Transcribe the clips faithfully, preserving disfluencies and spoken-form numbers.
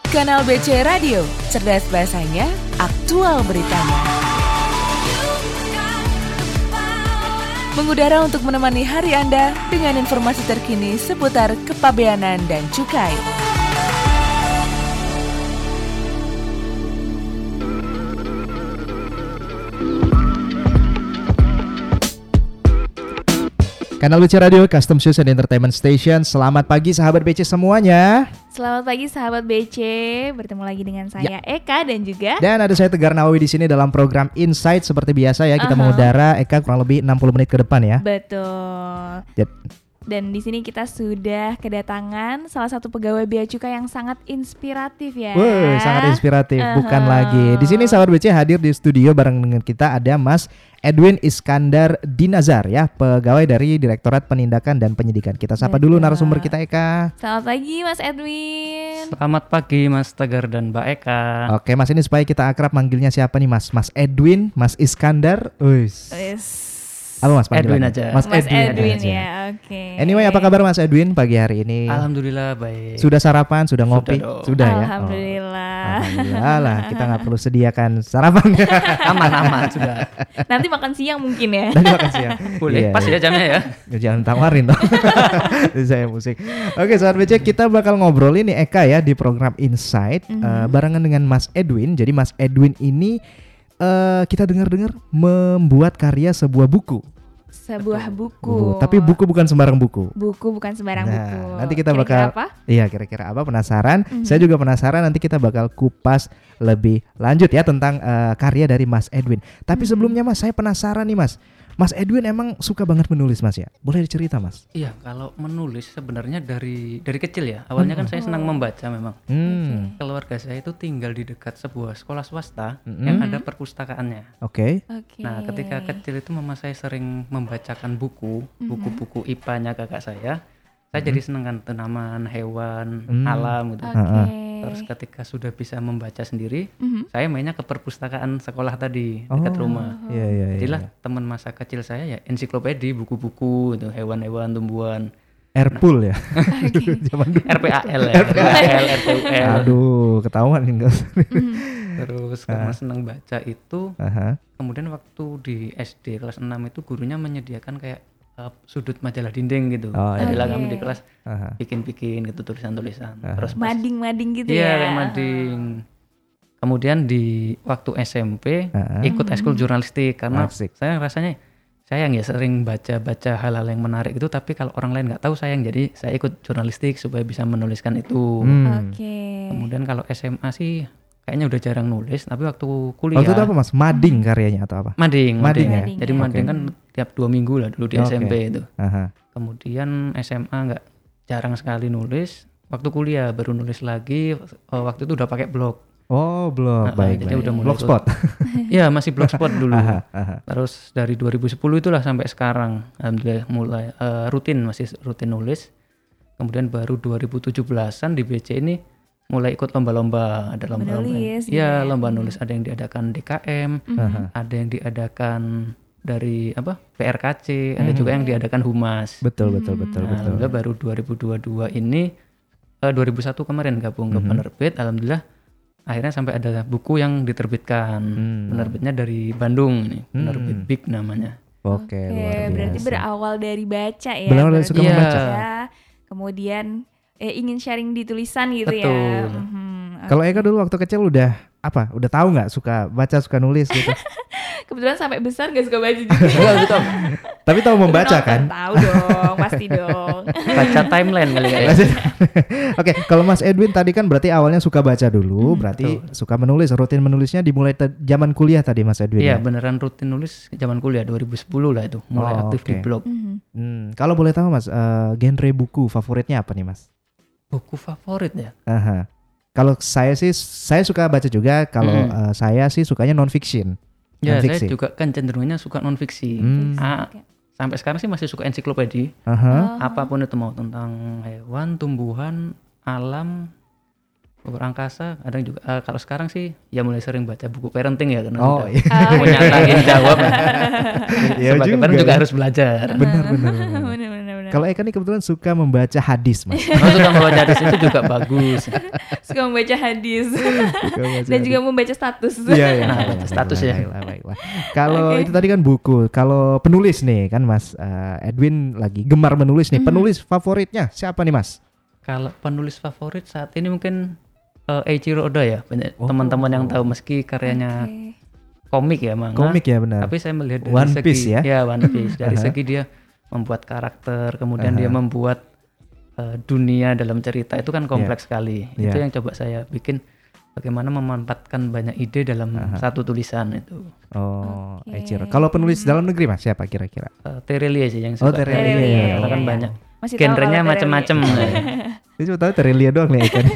Kanal B C Radio, cerdas bahasanya, aktual beritanya. Mengudara untuk menemani hari Anda dengan informasi terkini seputar kepabeanan dan cukai. Kanal B C Radio, Custom Shoes and Entertainment Station. Selamat pagi sahabat B C semuanya. Selamat pagi sahabat B C. Bertemu lagi dengan saya ya. Eka dan juga Dan ada saya Tegar Nawawi di sini dalam program Insight seperti biasa ya. Kita uh-huh. mengudara Eka kurang lebih enam puluh menit ke depan ya. Betul. Yep. Dan di sini kita sudah kedatangan salah satu pegawai Bea Cukai yang sangat inspiratif ya. Wah, sangat inspiratif. Uh-huh. Bukan lagi. Di sini sahabat B C hadir di studio bareng dengan kita ada Mas Edwin Iskandar Dinazar ya, pegawai dari Direktorat Penindakan dan Penyidikan. Kita sapa Betul. dulu narasumber kita Eka. Selamat pagi Mas Edwin. Selamat pagi Mas Tegar dan Mbak Eka. Oke Mas, ini supaya kita akrab manggilnya siapa nih Mas? Mas Edwin, Mas Iskandar. Uis. Yes. Apa Mas Edwin aja. Mas, Mas Edwin, Edwin ya, oke. Okay. Anyway, apa kabar Mas Edwin pagi hari ini? Alhamdulillah baik. Sudah sarapan, sudah ngopi? Sudah, sudah ya. Alhamdulillah. Oh. Alhamdulillah lah, kita nggak perlu sediakan sarapan. Aman-aman sudah. Nanti makan siang mungkin ya. Nanti makan siang. Boleh, iya, pas iya. ya jamnya ya. Jangan tawarin dong. Saya musik. Oke, sahabat B C, kita bakal ngobrol ini Eka ya di program Insight mm-hmm. uh, barengan dengan Mas Edwin. Jadi Mas Edwin ini uh, kita dengar-dengar membuat karya sebuah buku. Sebuah buku. buku. Tapi buku bukan sembarang buku. Buku bukan sembarang nah, buku. Nanti kita kira-kira bakal apa? Iya, kira-kira apa? Penasaran? Mm-hmm. Saya juga penasaran. Nanti kita bakal kupas lebih lanjut ya tentang uh, karya dari Mas Edwin. Tapi mm-hmm. sebelumnya Mas, saya penasaran nih Mas. Mas Edwin emang suka banget menulis Mas ya? Boleh dicerita Mas? Iya, kalau menulis sebenarnya dari dari kecil ya. Awalnya hmm. kan saya senang membaca memang. Hmm. Keluarga saya itu tinggal di dekat sebuah sekolah swasta hmm. yang ada perpustakaannya. Oke. Okay. Okay. Nah, ketika kecil itu mama saya sering membacakan buku, hmm. buku-buku I P A-nya kakak saya. Saya hmm. jadi senang kan tanaman, hewan, hmm. alam gitu. Okay. Terus ketika sudah bisa membaca sendiri, mm-hmm. saya mainnya ke perpustakaan sekolah tadi dekat oh, rumah. Iya, iya, Jadilah iya. teman masa kecil saya ya ensiklopedi, buku-buku, itu hewan-hewan, tumbuhan. Airpool nah. ya. Zaman dulu. R P A L ya. R P A L, R T U L. Aduh, ketahuan enggak. Terus karena senang baca itu, uh-huh. kemudian waktu di S D kelas enam itu gurunya menyediakan kayak uh, sudut majalah dinding gitu. Oh, Jadilah okay. kami di kelas uh-huh. bikin-bikin gitu tulisan-tulisan. Uh-huh. Terus mading-mading gitu iya, ya. Iya, kayak mading. Kemudian di waktu S M P uh-huh. ikut eskul jurnalistik karena Asik. saya rasanya sayang ya sering baca-baca hal-hal yang menarik itu, tapi kalau orang lain nggak tahu sayang, jadi saya ikut jurnalistik supaya bisa menuliskan itu. Hmm. Oke. Okay. Kemudian kalau S M A sih kayaknya udah jarang nulis, tapi waktu kuliah. Waktu itu apa Mas? Mading karyanya atau apa? Mading, mading, mading ya. mading. Jadi okay. mading kan tiap dua minggu lah dulu di okay. S M P itu. Uh-huh. Kemudian S M A nggak jarang sekali nulis. Waktu kuliah baru nulis lagi. Waktu itu udah pakai blog. Oh blog, nah, baik. Jadi baik. udah mulai Blogspot. Iya masih Blogspot dulu. Aha, aha. Terus dari dua ribu sepuluh itulah sampai sekarang, alhamdulillah mulai uh, rutin masih rutin nulis. Kemudian baru dua ribu tujuh belasan di B C ini mulai ikut lomba-lomba, ada lomba-lomba. Iya, lomba nulis, ada yang diadakan D K M, mm-hmm. ada yang diadakan dari apa P R K C, mm-hmm. ada juga yang diadakan Humas. Betul betul betul nah, betul. Alhamdulillah baru dua ribu dua puluh dua ini uh, dua ribu satu kemarin gabung mm-hmm. ke penerbit, alhamdulillah akhirnya sampai ada buku yang diterbitkan. Hmm. Penerbitnya dari Bandung nih, penerbit hmm. Big namanya. Oke, Oke, luar biasa. Berarti berawal dari baca ya. Berawal dari suka ya. membaca. Kemudian eh, ingin sharing di tulisan gitu. Betul. Ya. Mm-hmm. Kalau Eka dulu waktu kecil udah apa? Udah tahu nggak suka baca, suka nulis gitu? Kebetulan sampai besar gak suka baca juga. Tapi tahu membaca kan? Tahu dong, pasti dong. Baca timeline kali ya. Oke, kalau Mas Edwin tadi kan berarti awalnya suka baca dulu, hmm, berarti betul. Suka menulis, rutin menulisnya dimulai te- zaman kuliah tadi Mas Edwin. Iya, ya? beneran rutin nulis zaman kuliah dua ribu sepuluh lah itu, mulai oh, aktif okay. di blog. Mm-hmm. Hmm, kalau boleh tahu Mas, uh, genre buku favoritnya apa nih Mas? Buku favorit ya? Aha. Kalau saya sih, saya suka baca juga. Kalau hmm. uh, saya sih sukanya non-fiction. Ya, non-fiksi. saya juga kan cenderungnya suka non-fiksi. Hmm. Ah, okay. Sampai sekarang sih masih suka ensiklopedi. Uh-huh. Apapun itu, mau tentang hewan, tumbuhan, alam, luar angkasa. Ada juga. Uh, kalau sekarang sih, ya mulai sering baca buku parenting ya, karena oh, udah iya. punya tanggung jawab. Ya sebagai juga, parent juga ya. harus belajar. Benar, benar, benar. benar, benar, benar. Kalau Eka nih kebetulan suka membaca hadis, Mas. Oh, suka membaca hadis itu juga bagus. Suka membaca hadis. Suka membaca Dan hadis. juga membaca status. Iya, iya. Nah, baiklah, status baiklah, ya. baiklah, baiklah. Kalau Oke. itu tadi kan buku, kalau penulis nih kan Mas uh, Edwin lagi gemar menulis nih. Mhm. Penulis favoritnya siapa nih, Mas? Kalau penulis favorit saat ini mungkin uh, Eiichiro Oda ya. Banyak Oh. teman-teman yang tahu meski karyanya Oke. komik ya, manga. Komik ya benar. Tapi saya melihat dari One segi Piece ya? One Piece dari Aha. segi dia membuat karakter, kemudian Aha. dia membuat uh, dunia dalam cerita itu kan kompleks sekali. Itu Yeah. yang coba saya bikin, bagaimana memanfaatkan banyak ide dalam Aha. satu tulisan itu. Oh, Oke. Eiichiro. Kalau penulis dalam negeri Mas siapa kira-kira? Uh, Terelie sih yang Oh, suka. Terelie. Terelie, Karena kan iya. banyak Masih tahu genrenya kalau macam-macam. Saya cuma tahu Terelia doang nih Eka.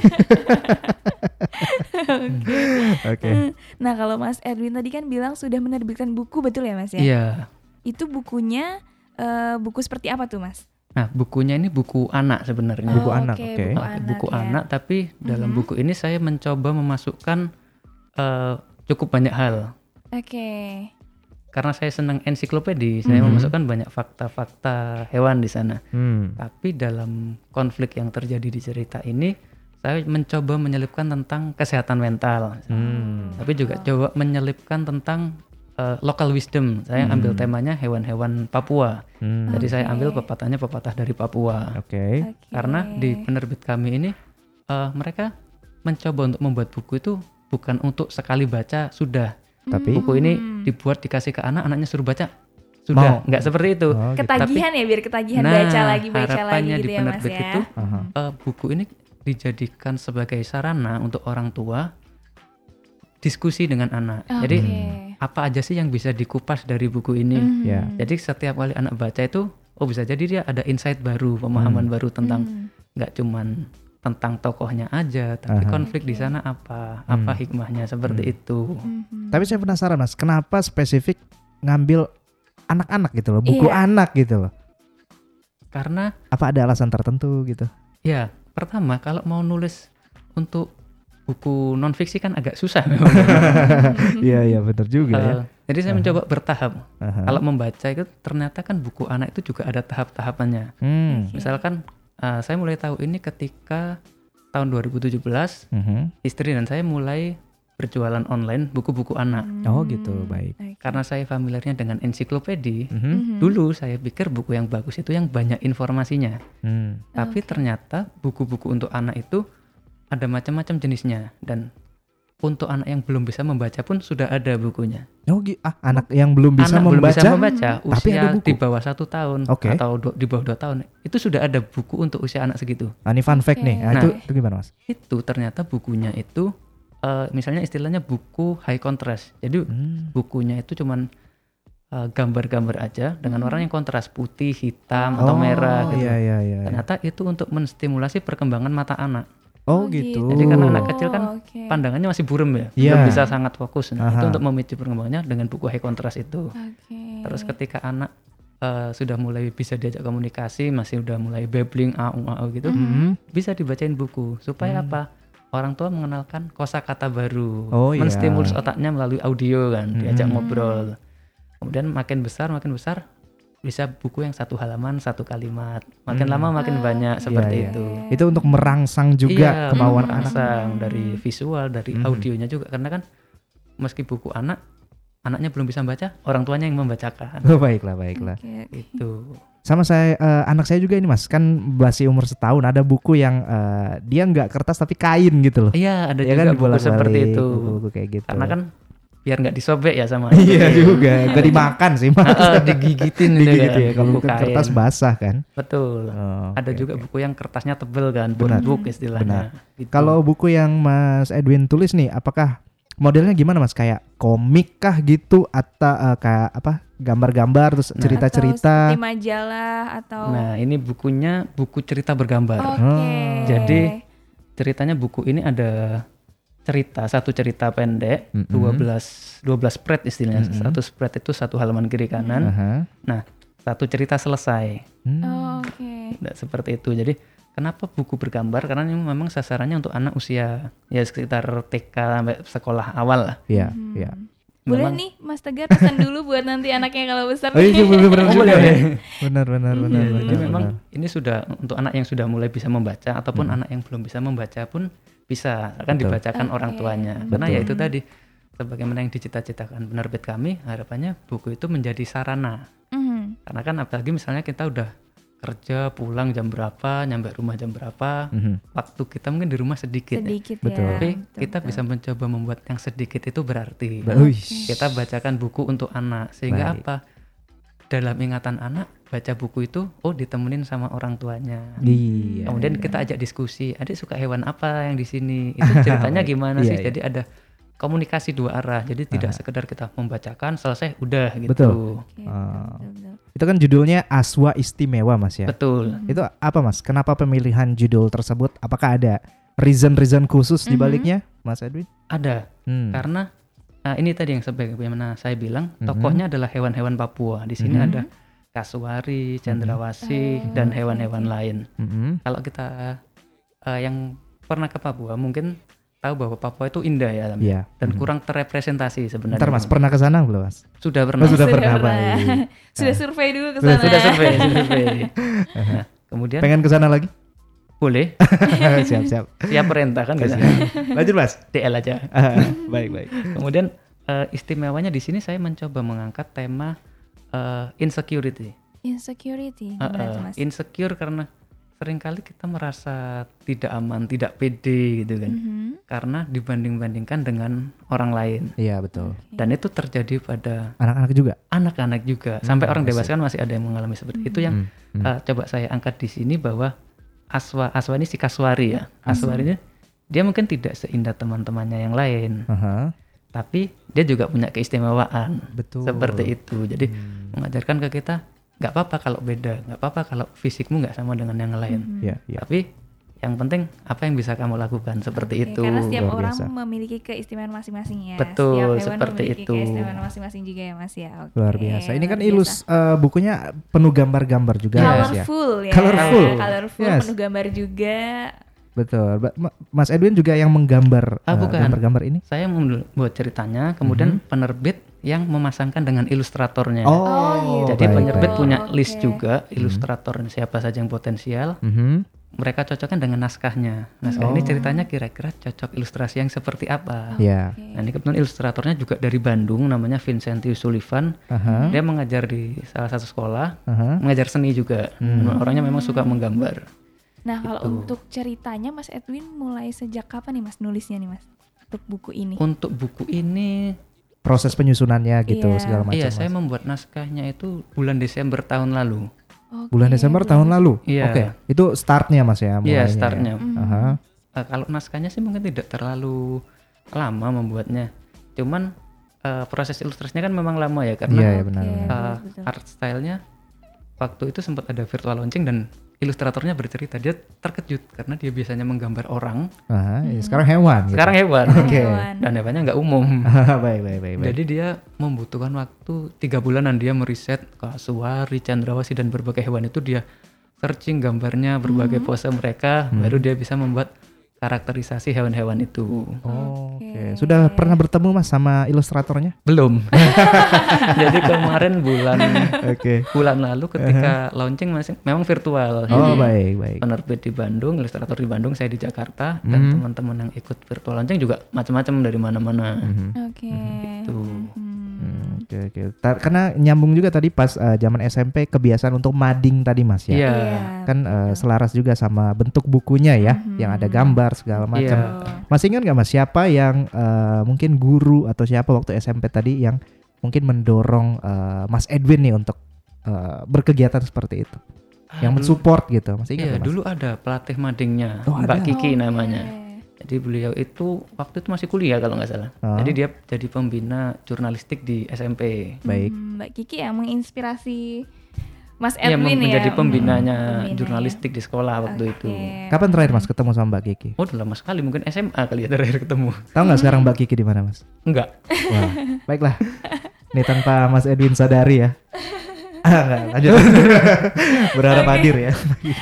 Oke. Nah, kalau Mas Edwin tadi kan bilang sudah menerbitkan buku, betul ya Mas ya? Iya. Itu bukunya eh, buku seperti apa tuh Mas? Nah, bukunya ini buku anak sebenarnya. Buku Oh, anak, oke, oke. buku Nah, anak, buku ya. anak, tapi dalam Mhm. buku ini saya mencoba memasukkan eh, cukup banyak hal. Oke. Karena saya senang ensiklopedi, saya Mhm. memasukkan banyak fakta-fakta hewan di sana. Hmm. Tapi dalam konflik yang terjadi di cerita ini, saya mencoba menyelipkan tentang kesehatan mental. Hmm. Tapi juga coba menyelipkan tentang eh, local wisdom. Saya Hmm. ambil temanya hewan-hewan Papua. Hmm. Jadi saya Oke. ambil pepatahnya pepatah dari Papua. Oke. Oke. Karena di penerbit kami ini eh, mereka mencoba untuk membuat buku itu bukan untuk sekali baca sudah. Tapi- Buku ini Hmm. dibuat dikasih ke anak, anaknya suruh baca sudah. Mau. Nggak seperti itu. Oh, gitu. Ketagihan ya, biar ketagihan Nah, baca lagi baca lagi harapannya gitu di ya Mas penerbit ya. itu, Aha. Eh, buku ini dijadikan sebagai sarana untuk orang tua diskusi dengan anak. Oke. Jadi apa aja sih yang bisa dikupas dari buku ini? Mhm. Ya. Jadi setiap kali anak baca itu, oh bisa jadi dia ada insight baru, pemahaman Hmm. baru tentang Mhm. nggak cuman tentang tokohnya aja, tapi Aha. konflik di Oke. sana apa, apa Hmm. hikmahnya seperti Hmm. itu. Mhm. Tapi saya penasaran Mas, kenapa spesifik ngambil anak-anak gitu loh, buku Iya. anak gitu loh. Karena Apa ada alasan tertentu gitu? ya pertama kalau mau nulis untuk buku non fiksi kan agak susah memang. Iya iya benar juga ya. Eh, jadi saya Aha. mencoba bertahap. Aha. Kalau membaca itu ternyata kan buku anak itu juga ada tahap-tahapannya. Hmm. Oke. Misalkan eh, saya mulai tahu ini ketika tahun dua ribu tujuh belas Mhm. istri dan saya mulai berjualan online buku-buku anak. Oh, gitu, baik. Oke. Karena saya familiarnya dengan ensiklopedi, Mhm. Mhm. dulu saya pikir buku yang bagus itu yang banyak informasinya. Hmm. Tapi Oke. ternyata buku-buku untuk anak itu ada macam-macam jenisnya, dan untuk anak yang belum bisa membaca pun sudah ada bukunya. Oh, gi- ah, anak yang belum bisa anak membaca. belum bisa membaca, Tapi ada usia buku? di bawah satu tahun Oke. atau do- di bawah dua tahun, itu sudah ada buku untuk usia anak segitu. Ah, ini fun fact Oke. nih. Ah, Nah. itu, itu gimana Mas? Itu ternyata bukunya itu, eh, misalnya istilahnya buku high contrast. Jadi Hmm. bukunya itu cuman eh, gambar-gambar aja dengan Hmm. warna yang kontras, putih, hitam, atau Oh, merah gitu. Iya iya iya. Ternyata itu untuk menstimulasi perkembangan mata anak. Oh, gitu. Jadi karena anak kecil kan Oke. Pandangannya masih buram ya, Iya. belum bisa sangat fokus. Nah, itu Aha. untuk memicu perkembangannya dengan buku high contrast itu. Oke. Terus ketika anak eh, sudah mulai bisa diajak komunikasi, masih udah mulai babbling, au au gitu, Mhm. bisa dibacain buku supaya Hmm. apa? Orang tua mengenalkan kosakata baru, Oh, iya. menstimulus otaknya melalui audio kan, diajak Hmm. ngobrol. Kemudian makin besar, makin besar bisa buku yang satu halaman, satu kalimat. Makin Hmm. lama makin Ah, banyak oke. seperti Iya, iya. itu. Itu untuk merangsang juga Iya, kemauan Hmm. anak. merangsang dari visual, dari Mhm. audionya juga, karena kan meski buku anak, anaknya belum bisa membaca, orang tuanya yang membacakan. Oh, baiklah baiklah. Oke, oke. Itu. Sama saya eh, anak saya juga ini Mas, kan masih umur setahun, ada buku yang eh, dia nggak kertas tapi kain gitu loh. Iya, ada Ya juga kan, buku bolak-balik, seperti itu. buku-buku kayak gitu. Karena kan biar nggak disobek ya sama iya anaknya. juga, nggak dimakan sih Mas. Heeh, digigitin gitu Digigit kan, ya, kalau buku bukan kain. kertas basah kan. Betul. Oh, Ada oke, juga oke. buku yang kertasnya tebel kan, Benar. book istilahnya. Gitu. Kalau buku yang Mas Edwin tulis nih, apakah modelnya gimana Mas? Kayak komik kah gitu atau eh, kayak apa? Gambar-gambar terus Nah. Atau cerita-cerita. seperti majalah atau Nah, ini bukunya buku cerita bergambar. Oke. Oh. Jadi ceritanya buku ini ada cerita, satu cerita pendek, Mm-mm. dua belas dua belas spread istilahnya. Mm-mm. Satu spread itu satu halaman kiri kanan. Aha. Nah, satu cerita selesai. Hmm. Oh, oke. Nah, seperti itu. Jadi kenapa buku bergambar? Karena ini memang sasarannya untuk anak usia ya sekitar T K sampai sekolah awal lah. Iya, Hmm. iya. Boleh memang- nih Mas Tegar pesan dulu buat nanti anaknya kalau besar. Oh iya benar benar Oh, juga boleh, ya. boleh. Benar benar benar. Ya, benar, jadi memang benar. ini sudah untuk anak yang sudah mulai bisa membaca ataupun Hmm. anak yang belum bisa membaca pun bisa akan Betul. dibacakan orang Oke. tuanya. Karena Betul. ya itu tadi sebagaimana yang dicita-citakan penerbit kami, harapannya buku itu menjadi sarana. Mhm. Karena kan apalagi misalnya kita udah kerja pulang jam berapa, nyampe rumah jam berapa, Mhm. waktu kita mungkin di rumah sedikit, ya. Sedikit Betul. ya. Tapi Betul, kita betul. bisa mencoba membuat yang sedikit itu berarti. Ba- Wih. Kita bacakan buku untuk anak sehingga Baik. apa? Dalam ingatan anak baca buku itu oh ditemenin sama orang tuanya. Iya. Kemudian kita ajak diskusi, adik suka hewan apa yang di sini? Itu ceritanya gimana Iya, sih? iya. Jadi ada komunikasi dua arah. Jadi tidak sekedar kita membacakan selesai udah gitu. Betul. Oke, Ah. betul, betul. Itu kan judulnya Aswa Istimewa Mas ya. Betul. Itu apa Mas? Kenapa pemilihan judul tersebut? Apakah ada reason-reason khusus di Mhm. baliknya, Mas Edwin? Ada. Hmm. Karena ah, ini tadi yang sebagaimana saya bilang, Mhm. tokohnya adalah hewan-hewan Papua. Di sini Mhm. ada kasuari, cendrawasih, Oh, dan oke, hewan-hewan oke. lain. Mhm. Kalau kita eh, yang pernah ke Papua mungkin tahu bahwa Papua itu indah ya alamnya. Iya. Dan Mhm. kurang terrepresentasi sebenarnya. Ntar Mas pernah ke sana belum Mas? Sudah Oh, pernah. sudah pernah, baik. Sudah Ah. survei dulu ke Sudah- sana. Sudah survei, sudah survei. Nah, kemudian Pengen ke sana lagi? boleh Siap-siap. siap perintah kan biasanya. Lanjut Mas. D L aja. Ah, baik baik. Kemudian eh, istimewanya di sini saya mencoba mengangkat tema eh, insecurity. Insecurity. Eh, Gimana eh, tuh, Mas? insecure karena seringkali kita merasa tidak aman, tidak pede gitu kan. Mhm. Karena dibanding-bandingkan dengan orang lain. Iya betul. Dan itu terjadi pada Anak-anak juga. anak-anak juga. Sampai orang I see. dewasa kan masih ada yang mengalami seperti itu yang Hmm, hmm. eh, coba saya angkat di sini bahwa Aswa Aswa ini si Kaswari ya. Kaswari ini dia mungkin tidak seindah teman-temannya yang lain, Aha, tapi dia juga punya keistimewaan. betul. Seperti itu. Jadi Hmm. mengajarkan ke kita nggak apa-apa kalau beda, nggak apa-apa kalau fisikmu nggak sama dengan yang lain. Mhm. Iya, iya. Tapi yang penting apa yang bisa kamu lakukan seperti Oke, itu. Karena setiap Luar orang biasa. memiliki keistimewaan masing-masing ya. Betul, Setiap hewan seperti memiliki itu. keistimewaan masing-masing juga ya Mas ya. Oke, Luar biasa. Ini kan luar ilus eh, bukunya penuh gambar-gambar juga Yes, Mas ya. Colorful ya. Colorful. Colorful, Yes. penuh gambar juga. Betul. Ba- Ma- Mas Edwin juga yang menggambar Ah, eh, bukan. gambar-gambar ini. Saya membuat ceritanya, kemudian penerbit yang memasangkan dengan ilustratornya. Oh, gitu. Jadi baik, penerbit baik. punya Oke. list juga ilustrator siapa saja yang potensial. Mhm. Mereka cocokkan dengan naskahnya. Naskah Oh. ini ceritanya kira-kira cocok ilustrasi yang seperti apa. Ya. Oke. Nah ini kebetulan ilustratornya juga dari Bandung, namanya Vincentius Sullivan. Aha. Dia mengajar di salah satu sekolah, Aha. mengajar seni juga. Hmm. Orangnya memang suka menggambar. Nah, kalau Gitu. untuk ceritanya Mas Edwin mulai sejak kapan nih Mas nulisnya nih Mas? Untuk buku ini. Untuk buku ini, Proses penyusunannya gitu Iya. segala macam. iya saya Mas. membuat naskahnya itu bulan Desember tahun lalu. Oke, Bulan Desember tahun lalu. Iya. Oke. Itu startnya Mas ya. Iya, mulainya ya. startnya. Mhm. Aha. Eh, kalau naskahnya sih mungkin tidak terlalu lama membuatnya. Cuman eh, proses ilustrasinya kan memang lama ya karena Iya, Oke, iya, benar, benar. eh, betul. art style-nya waktu itu sempat ada virtual launching dan ilustratornya bercerita dia terkejut karena dia biasanya menggambar orang, Aha, ya, sekarang hewan. gitu. sekarang hewan. Oke. Hewan. Dan hewannya nggak umum. baik, baik, baik, baik. Jadi dia membutuhkan waktu tiga bulanan dia meriset kasuari, cendrawasih dan berbagai hewan itu dia searching gambarnya, berbagai pose mereka, baru dia bisa membuat karakterisasi hewan-hewan itu. Oh, Oke. Oke. Sudah pernah bertemu Mas sama ilustratornya? Belum. Jadi kemarin bulan Oke. bulan lalu ketika launching masih memang virtual. Oh, Jadi baik, baik. penerbit di Bandung, ilustrator di Bandung, saya di Jakarta, Mhm. dan teman-teman yang ikut virtual launching juga macam-macam dari mana-mana. Mhm. Oke. Gitu. Mhm. Hmm, Oke, oke. Ta- Karena nyambung juga tadi pas eh, zaman S M P kebiasaan untuk mading tadi Mas ya. Iya. Kan eh, selaras juga sama bentuk bukunya ya, Mhm. yang ada gambar segala macam. Iya. Betul. Masih ingat nggak Mas siapa yang eh, mungkin guru atau siapa waktu S M P tadi yang mungkin mendorong eh, Mas Edwin nih untuk eh, berkegiatan seperti itu, yang Ah, dulu- mensupport gitu? Masih ingat Iya, nggak, Mas? dulu ada pelatih madingnya, Oh, Mbak ada. Kiki Oke. namanya. Jadi beliau itu waktu itu masih kuliah kalau nggak salah. Ah. Jadi dia jadi pembina jurnalistik di S M P. Baik. Hmm, Mbak Kiki yang menginspirasi Mas Iya, Edwin mem- ya. menjadi pembinanya Hmm, pembina jurnalistik di sekolah waktu ya. itu. Oke. Kapan terakhir Mas ketemu sama Mbak Kiki? Oh, udah lama sekali, mungkin S M A kali ya terakhir ketemu. Tahu nggak sekarang Mbak Kiki di mana Mas? Enggak. Wah, baiklah. Ini tanpa Mas Edwin sadari ya. Ah, enggak, lanjut. Berharap hadir ya.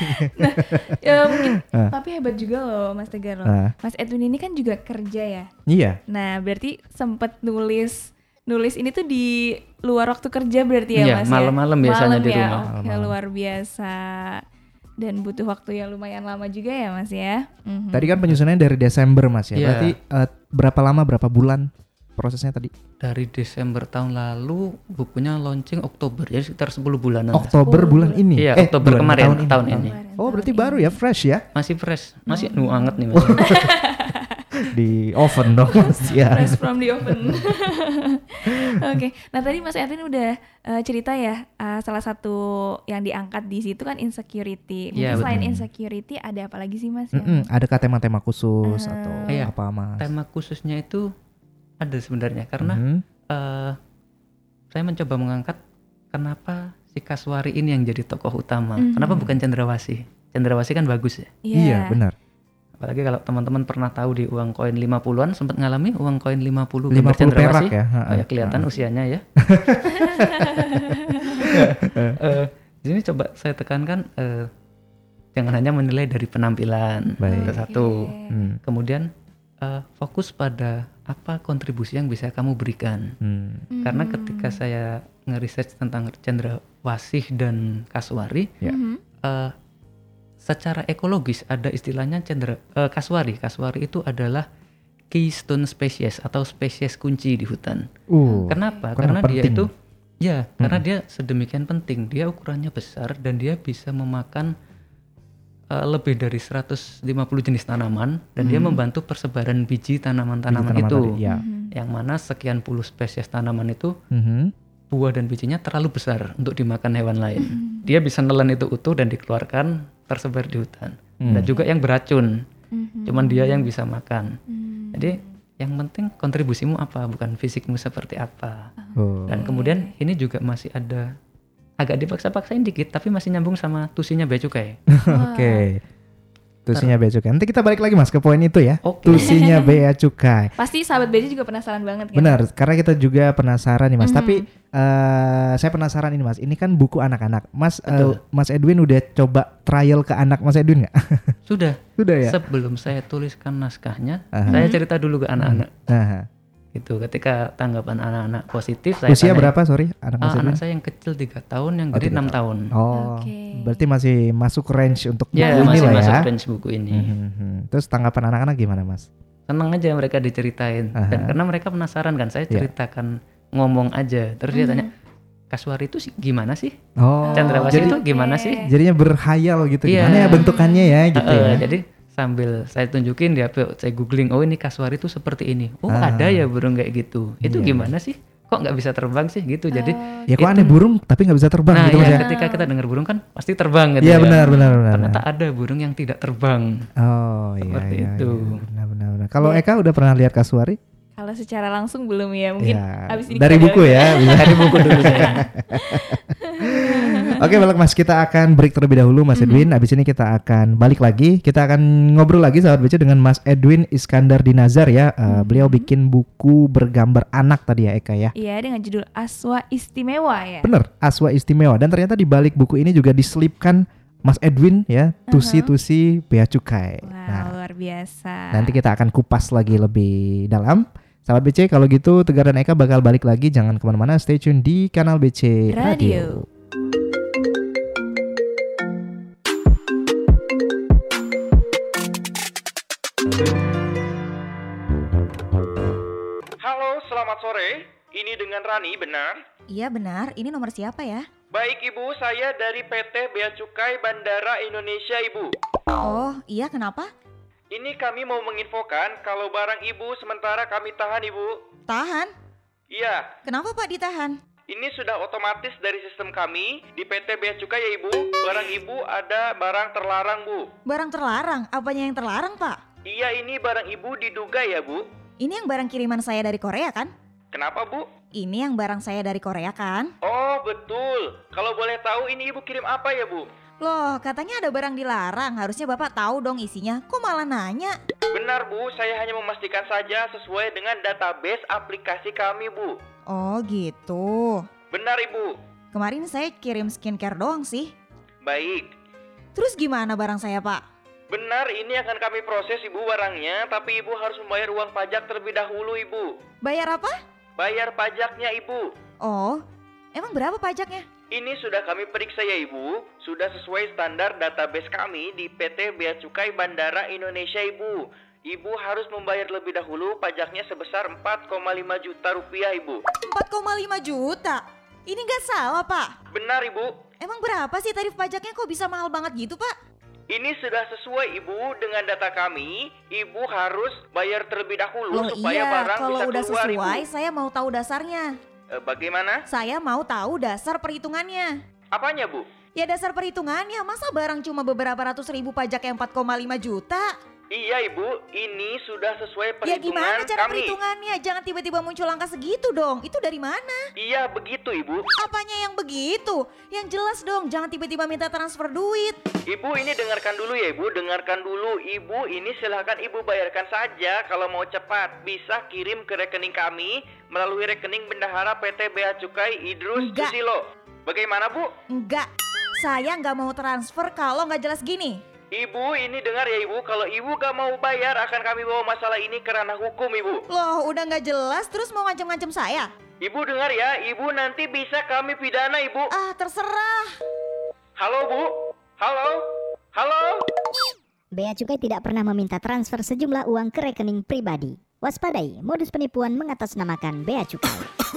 Ya, mungkin, Ah. tapi hebat juga loh Mas Tegar loh. Ah. Mas Edwin ini kan juga kerja ya. Iya. Nah, berarti sempat nulis nulis ini tuh di luar waktu kerja berarti ya Iya, Mas malam-malam ya? biasanya Malam di ya? rumah. Oke, Malam-malam. luar biasa. Dan butuh waktu yang lumayan lama juga ya Mas ya. Mhm. Tadi kan penyusunannya dari Desember Mas ya. Iya. Berarti eh, berapa lama berapa bulan prosesnya tadi? Dari Desember tahun lalu bukunya launching Oktober, jadi sekitar sepuluh bulanan. Oktober bulan ini. Iya, Eh, Oktober bulan- kemarin, tahun ini. tahun ini. Kemarin, Oh, berarti tahun baru ini. ya, fresh ya. Masih fresh, masih nu anget nih Mas. Di oven dong Mas. Ya. Fresh from the oven. Oke, nah tadi Mas Edwin udah uh, cerita ya uh, salah satu yang diangkat di situ kan insecurity. Mungkin Iya, selain betul. insecurity ada apa lagi sih Mas? yang- Mm-mm, adakah tema-tema khusus Ah. atau Iya. apa Mas? Tema khususnya itu ada sebenarnya karena Mhm. eh, saya mencoba mengangkat kenapa si Kaswari ini yang jadi tokoh utama. Mhm. Kenapa bukan Cendrawasih? Cendrawasih kan bagus ya. Iya, benar. Apalagi kalau teman-teman pernah tahu di uang koin lima puluhan sempat ngalami uang koin lima puluh lima gambar puluh perak Cendrawasih. ya. Oh ya kelihatan usianya ya. Eh, di sini coba saya tekankan eh, jangan hanya menilai dari penampilan. Baik. Itu satu. Hmm. Kemudian eh, fokus pada apa kontribusi yang bisa kamu berikan. Hmm. Karena ketika saya nge-research tentang Cendrawasih dan Kaswari, Ya. Mhm. eh, secara ekologis ada istilahnya cendera eh, Kaswari. Kaswari itu adalah keystone species atau spesies kunci di hutan. Uh. Kenapa? Karena Karena dia penting. itu ya, karena dia sedemikian penting. Dia ukurannya besar dan dia bisa memakan eh, lebih dari seratus lima puluh jenis tanaman dan dia membantu persebaran biji tanaman-tanaman Biji itu. tanaman tadi, ya. Yang mana sekian puluh spesies tanaman itu Mhm. buah dan bijinya terlalu besar untuk dimakan hewan lain. Dia bisa nelen itu utuh dan dikeluarkan tersebar di hutan. Hmm. Dan juga yang beracun, Mhm. cuman dia yang bisa makan. Hmm. Jadi yang penting kontribusimu apa, bukan fisikmu seperti apa. Oh. Dan kemudian ini juga masih ada agak dipaksa-paksain dikit, tapi masih nyambung sama tusinya bea cukai. Oke. Tusinya bea cukai. Nanti kita balik lagi Mas ke poin itu ya. Oke. Tusinya bea cukai. Pasti sahabat B J juga penasaran banget kan? Benar, karena kita juga penasaran nih Mas. Mhm. Tapi eh, saya penasaran ini Mas. Ini kan buku anak-anak. Mas eh, Betul. Mas Edwin udah coba trial ke anak Mas Edwin nggak? Sudah. Sudah ya. Sebelum saya tuliskan naskahnya, Aha. saya cerita dulu ke anak-anak. Nah, Gitu. Ketika tanggapan anak-anak positif, saya usia tanya, berapa sorry anak Mas "Ah, Edwin? anak saya yang kecil tiga tahun, yang Oh, gede tiga enam tahun. Oh, Oke. berarti masih masuk range untuk Ya, buku ini masih lah masuk ya. range buku ini. Mhm. Terus tanggapan anak-anak gimana Mas? Seneng aja mereka diceritain. Aha. Dan karena mereka penasaran kan, saya Ya. ceritakan ngomong aja. Terus dia tanya, Kaswari itu sih gimana sih? Oh, Cendrawasih jadi itu gimana sih? jadinya berhayal gitu. Iya. Gimana ya bentukannya ya gitu Eh, ya. Jadi sambil saya tunjukin dia, saya googling, oh ini Kaswari itu seperti ini. Oh Ah. ada ya burung kayak gitu. Itu Iya. gimana sih? Kok nggak bisa terbang sih gitu? Jadi Ya kok itu- aneh burung tapi nggak bisa terbang nah gitu Mas ya, ya. ketika kita dengar burung kan pasti terbang gitu Iya ya. benar benar benar. Ternyata benar. ada burung yang tidak terbang. Oh iya Seperti iya, itu. iya. Benar benar benar. Kalau Eka udah pernah lihat Kaswari? Kalau secara langsung belum ya, mungkin Iya. abis ini Dari kita buku ya. bisa. Dari buku dulu saya. Oke baik Mas, kita akan break terlebih dahulu Mas Edwin. Abis ini kita akan balik lagi. Kita akan ngobrol lagi sahabat B C dengan Mas Edwin Iskandar Dinazar ya. Eh, Beliau bikin buku bergambar anak tadi ya Eka ya. Iya, dengan judul Aswa Istimewa ya. Bener, Aswa Istimewa. Dan ternyata di balik buku ini juga diselipkan Mas Edwin ya, tusi-tusi bea cukai. Wah, Nah, luar biasa. nanti kita akan kupas lagi lebih dalam. Sahabat B C, kalau gitu Tegar dan Eka bakal balik lagi. Jangan kemana-mana, stay tune di kanal B C Radio. Radio. Halo, selamat sore. Ini dengan Rani, benar? Iya benar, ini nomor siapa ya? Baik Ibu, saya dari P T Bea Cukai Bandara Indonesia Ibu. Oh iya kenapa? Ini kami mau menginfokan kalau barang Ibu sementara kami tahan Ibu. Tahan? Iya, Kenapa Pak ditahan? ini sudah otomatis dari sistem kami di P T Bea Cukai ya Ibu. Barang Ibu ada barang terlarang Bu. Barang terlarang? Apanya yang terlarang Pak? Iya, ini barang Ibu diduga ya Bu. Ini yang barang kiriman saya dari Korea kan? Kenapa Bu? Ini yang barang saya dari Korea kan? Oh betul. Kalau boleh tahu ini Ibu kirim apa ya Bu? Loh katanya ada barang dilarang, harusnya Bapak tahu dong isinya. Kok malah nanya? Benar Bu, saya hanya memastikan saja sesuai dengan database aplikasi kami Bu. Oh gitu. Benar Ibu. Kemarin saya kirim skincare doang sih. Baik. Terus gimana barang saya Pak? Benar, ini akan kami proses Ibu barangnya, tapi Ibu harus membayar uang pajak terlebih dahulu Ibu. Bayar apa? bayar pajaknya Ibu. Oh, emang berapa pajaknya? Ini sudah kami periksa ya Ibu, sudah sesuai standar database kami di P T Bea Cukai Bandara Indonesia Ibu. Ibu harus membayar lebih dahulu pajaknya sebesar empat koma lima juta rupiah Ibu. empat koma lima juta? Ini nggak salah Pak? Benar Ibu. Emang berapa sih tarif pajaknya kok bisa mahal banget gitu Pak? Ini sudah sesuai Ibu dengan data kami. Ibu harus bayar terlebih dahulu Loh supaya iya, barang kalau bisa udah keluar sesuai Ibu. saya mau tahu dasarnya. E, bagaimana? Saya mau tahu dasar perhitungannya. Apanya Bu? Ya dasar perhitungannya, masa barang cuma beberapa ratus ribu pajaknya empat koma lima juta? Iya Ibu, ini sudah sesuai Ya perhitungan gimana cara kami. perhitungannya? Jangan tiba-tiba muncul angka segitu dong. Itu dari mana? Iya begitu Ibu. Apanya yang begitu? Yang jelas dong, jangan tiba-tiba minta transfer duit. Ibu ini dengarkan dulu ya Ibu, dengarkan dulu. Ibu ini silahkan Ibu bayarkan saja kalau mau cepat. Bisa kirim ke rekening kami melalui rekening bendahara P T Bea Cukai Idrus Enggak. Susilo. Bagaimana Bu? Enggak, saya nggak mau transfer kalau nggak jelas gini. Ibu ini dengar ya Ibu, kalau Ibu gak mau bayar akan kami bawa masalah ini ke ranah hukum Ibu. Loh, udah nggak jelas terus mau ngancem-ngancem saya? Ibu dengar ya, Ibu nanti bisa kami pidana Ibu. Ah, terserah. Halo Bu, halo, halo. Bea Cukai tidak pernah meminta transfer sejumlah uang ke rekening pribadi. Waspadai, modus penipuan mengatasnamakan Bea Cukai.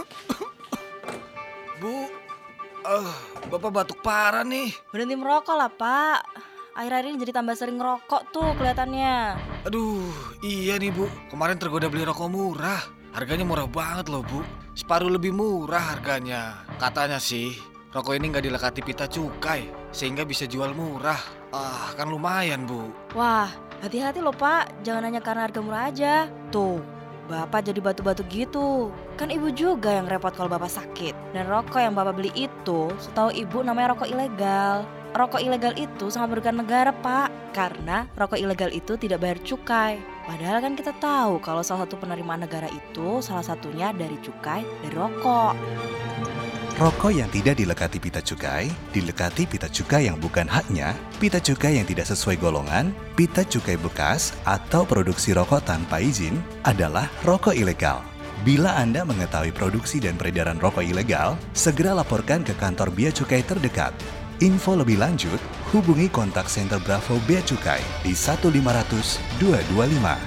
Bu, uh, Bapak batuk parah nih. Berhenti merokok lah Pak. Akhir-akhir ini jadi tambah sering ngerokok tuh kelihatannya. Aduh, iya nih Bu. Kemarin tergoda beli rokok murah. Harganya murah banget loh Bu. Separuh lebih murah harganya. Katanya sih, rokok ini nggak dilekati pita cukai, sehingga bisa jual murah. Ah, kan lumayan Bu. Wah, hati-hati loh Pak. Jangan hanya karena harga murah aja. Tuh, Bapak jadi batu-batu gitu. Kan Ibu juga yang repot kalau Bapak sakit. Dan rokok yang Bapak beli itu, setahu Ibu namanya rokok ilegal. Rokok ilegal itu sangat merugikan negara Pak, karena rokok ilegal itu tidak bayar cukai. Padahal kan kita tahu kalau salah satu penerimaan negara itu salah satunya dari cukai dari rokok. Rokok yang tidak dilekati pita cukai, dilekati pita cukai yang bukan haknya, pita cukai yang tidak sesuai golongan, pita cukai bekas, atau produksi rokok tanpa izin adalah rokok ilegal. Bila Anda mengetahui produksi dan peredaran rokok ilegal, segera laporkan ke kantor Bea Cukai terdekat. Info lebih lanjut, hubungi kontak Center Bravo Bea Cukai di satu lima nol nol dua dua lima.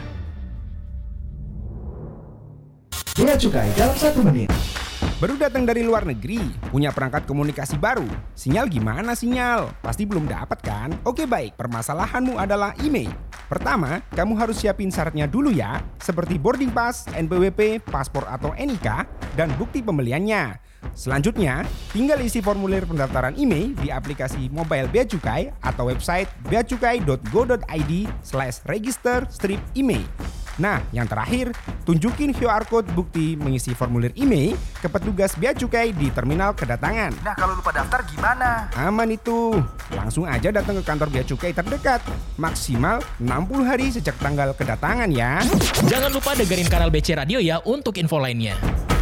Bea Cukai dalam satu menit. Baru datang dari luar negeri, punya perangkat komunikasi baru. Sinyal gimana sinyal? Pasti belum dapat kan? Oke baik, permasalahanmu adalah email. Pertama, kamu harus siapin syaratnya dulu ya, seperti boarding pass, N P W P, paspor atau N I K, dan bukti pembeliannya. Selanjutnya, tinggal isi formulir pendaftaran email di aplikasi mobile Bea Cukai atau website beacukai dot go dot i d slash register strip email. Nah, yang terakhir, tunjukin Q R code bukti mengisi formulir email ke petugas Bea Cukai di terminal kedatangan. Nah, kalau lupa daftar gimana? Aman itu. Langsung aja datang ke kantor Bea Cukai terdekat. Maksimal enam puluh hari sejak tanggal kedatangan ya. Jangan lupa dengerin kanal B C Radio ya untuk info lainnya.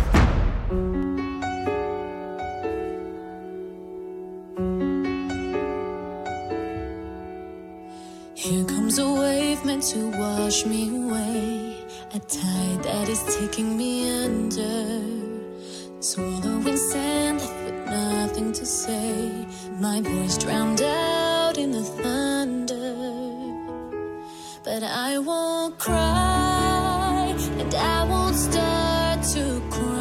Here comes a wave meant to wash me away, a tide that is taking me under, swallowing sand left with nothing to say, my voice drowned out in the thunder, but I won't cry and I won't start to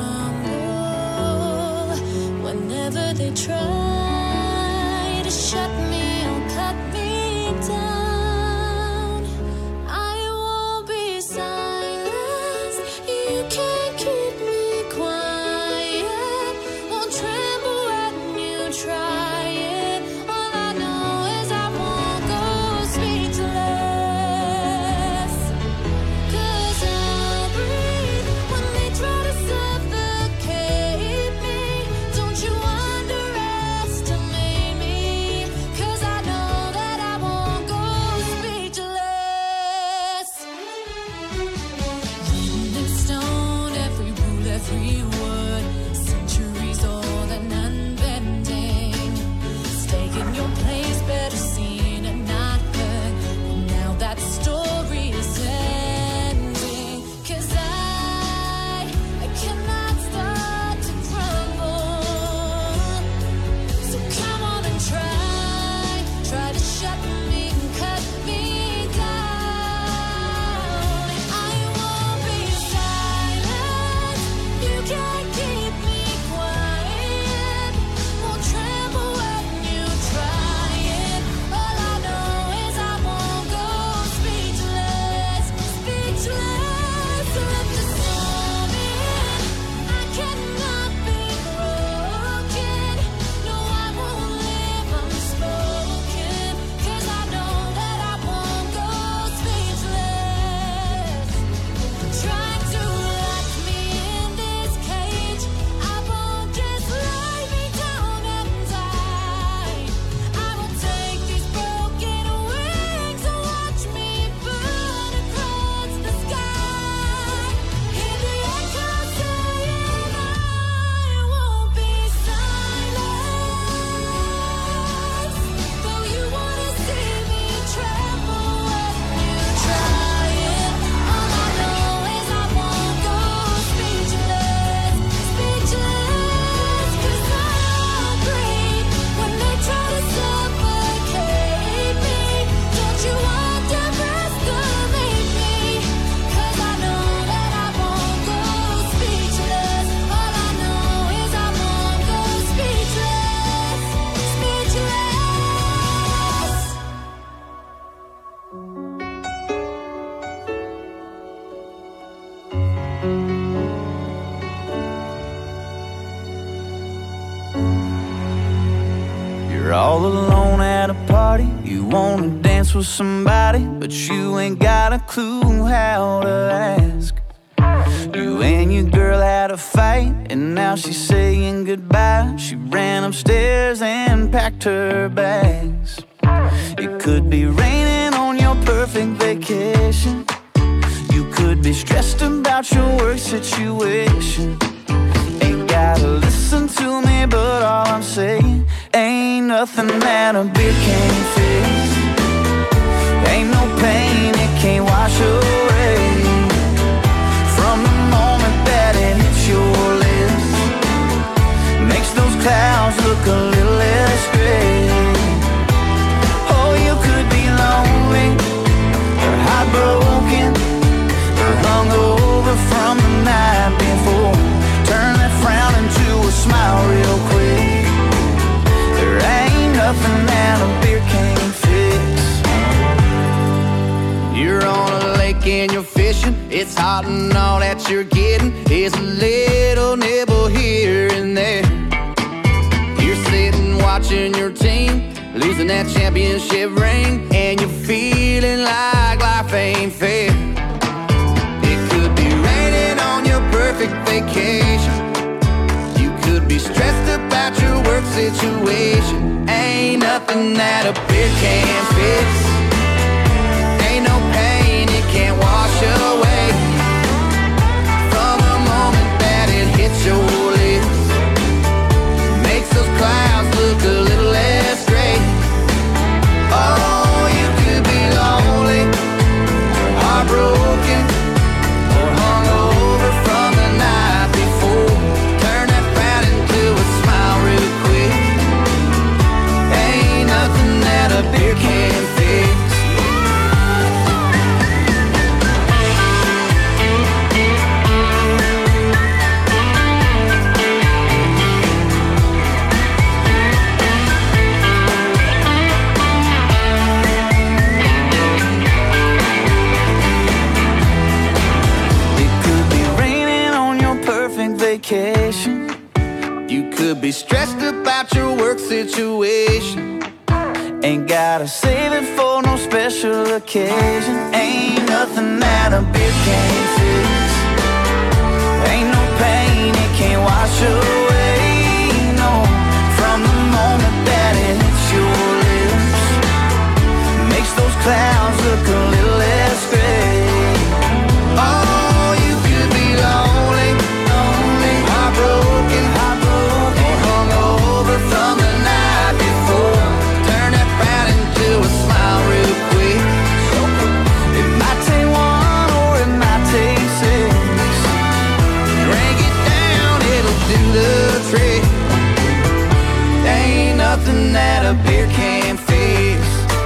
crumble whenever they try to shut me or cut me down. all alone at a party. You wanna dance with somebody, but you ain't got a clue how to ask. You and your girl had a fight, and now she's saying goodbye. She ran upstairs and packed her bags. It could be raining on your perfect vacation. You could be stressed about your work situation. Ain't gotta listen to me, but all I'm saying, ain't nothing that a beer can't fix. Ain't no pain it can't wash away. From the moment that it hits your lips, makes those clouds look a little less gray. Oh, you could be lonely, or heartbroken, or hungover from the night before. Turn that frown into a smile real quick. There ain't nothing that a beer can't fix. You're on a lake and you're fishing. It's hot and all that you're getting is a little nibble here and there. You're sitting watching your team losing that championship ring, and you're feeling like life ain't fair. It could be raining on your perfect vacation. You could be stressed about your work situation. Ain't nothing that a beer can't fix. Ain't no pain it can't wash away. From the moment that it hits your lips, makes those clouds look a little less gray. Oh, you could be lonely, or heartbroken, or hungover from the night before. Turn that frown into a smile real quick. Ain't nothing that a beer can't fix. Vacation. You could be stressed about your work situation. Ain't gotta save it for no special occasion. Ain't nothing that a beer can't fix. Ain't no pain it can't wash away. No, from the moment that it hits your lips, makes those clouds look a little less gray. Oh, you could be lonely, heartbroken, heartbroken, or hungover from the night before. Turn that frown into a smile real quick. It might take one or it might take six. Drink it down, it'll do the trick. Ain't nothing that a beer can't fix.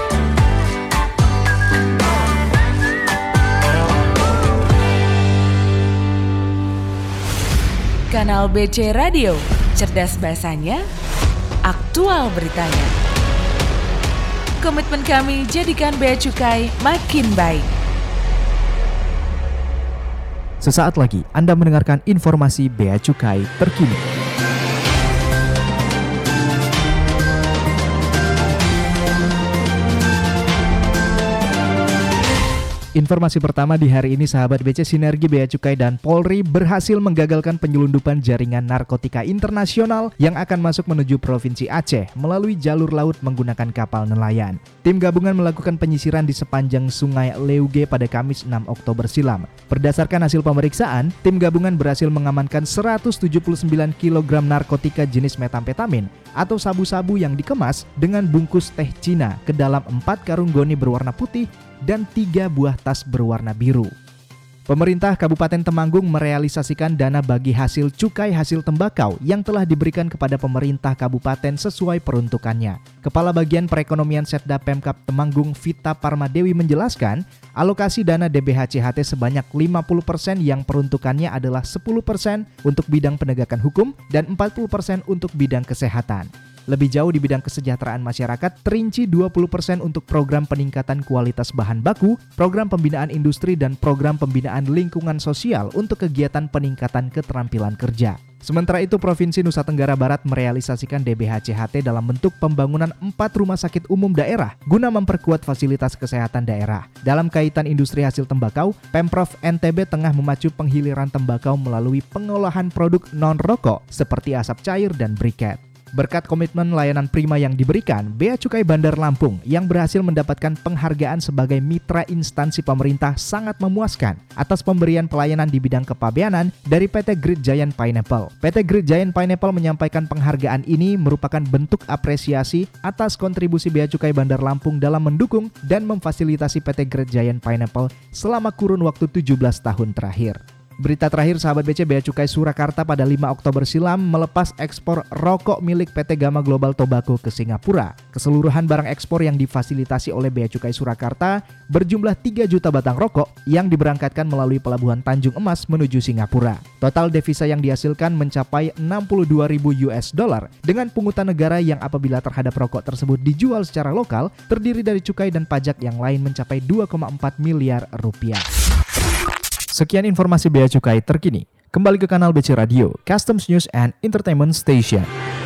Kanal B C Radio, cerdas bahasanya, aktual beritanya. Komitmen kami jadikan Bea Cukai makin baik. Sesaat lagi Anda mendengarkan informasi Bea Cukai terkini. Informasi pertama di hari ini, sahabat B C, sinergi Bea Cukai dan Polri berhasil menggagalkan penyelundupan jaringan narkotika internasional yang akan masuk menuju Provinsi Aceh melalui jalur laut menggunakan kapal nelayan. Tim gabungan melakukan penyisiran di sepanjang Sungai Leuge pada Kamis enam Oktober silam. Berdasarkan hasil pemeriksaan, tim gabungan berhasil mengamankan seratus tujuh puluh sembilan kilogram narkotika jenis metamfetamin atau sabu-sabu yang dikemas dengan bungkus teh Cina ke dalam empat karung goni berwarna putih dan tiga buah tas berwarna biru. Pemerintah Kabupaten Temanggung merealisasikan dana bagi hasil cukai hasil tembakau yang telah diberikan kepada pemerintah kabupaten sesuai peruntukannya. Kepala Bagian Perekonomian Setda Pemkab Temanggung Vita Parmadewi menjelaskan, alokasi dana D B H C H T sebanyak lima puluh persen yang peruntukannya adalah sepuluh persen untuk bidang penegakan hukum dan empat puluh persen untuk bidang kesehatan. Lebih jauh di bidang kesejahteraan masyarakat, terinci dua puluh persen untuk program peningkatan kualitas bahan baku, program pembinaan industri dan program pembinaan lingkungan sosial untuk kegiatan peningkatan keterampilan kerja. Sementara itu, Provinsi Nusa Tenggara Barat merealisasikan D B H C H T dalam bentuk pembangunan empat rumah sakit umum daerah guna memperkuat fasilitas kesehatan daerah. Dalam kaitan industri hasil tembakau, Pemprov N T B tengah memacu penghiliran tembakau melalui pengolahan produk non-rokok seperti asap cair dan briket. Berkat komitmen layanan prima yang diberikan, Bea Cukai Bandar Lampung yang berhasil mendapatkan penghargaan sebagai mitra instansi pemerintah sangat memuaskan atas pemberian pelayanan di bidang kepabeanan dari P T Great Giant Pineapple. P T Great Giant Pineapple menyampaikan penghargaan ini merupakan bentuk apresiasi atas kontribusi Bea Cukai Bandar Lampung dalam mendukung dan memfasilitasi P T Great Giant Pineapple selama kurun waktu tujuh belas tahun terakhir. Berita terakhir sahabat B C, Bea Cukai Surakarta pada lima Oktober silam melepas ekspor rokok milik P T Gama Global Tobacco ke Singapura. Keseluruhan barang ekspor yang difasilitasi oleh Bea Cukai Surakarta berjumlah tiga juta batang rokok yang diberangkatkan melalui pelabuhan Tanjung Emas menuju Singapura. Total devisa yang dihasilkan mencapai enam puluh dua ribu U S dollar dengan pungutan negara yang apabila terhadap rokok tersebut dijual secara lokal terdiri dari cukai dan pajak yang lain mencapai dua koma empat miliar rupiah. Sekian informasi Bea Cukai terkini. Kembali ke kanal B C Radio, Customs News and Entertainment Station.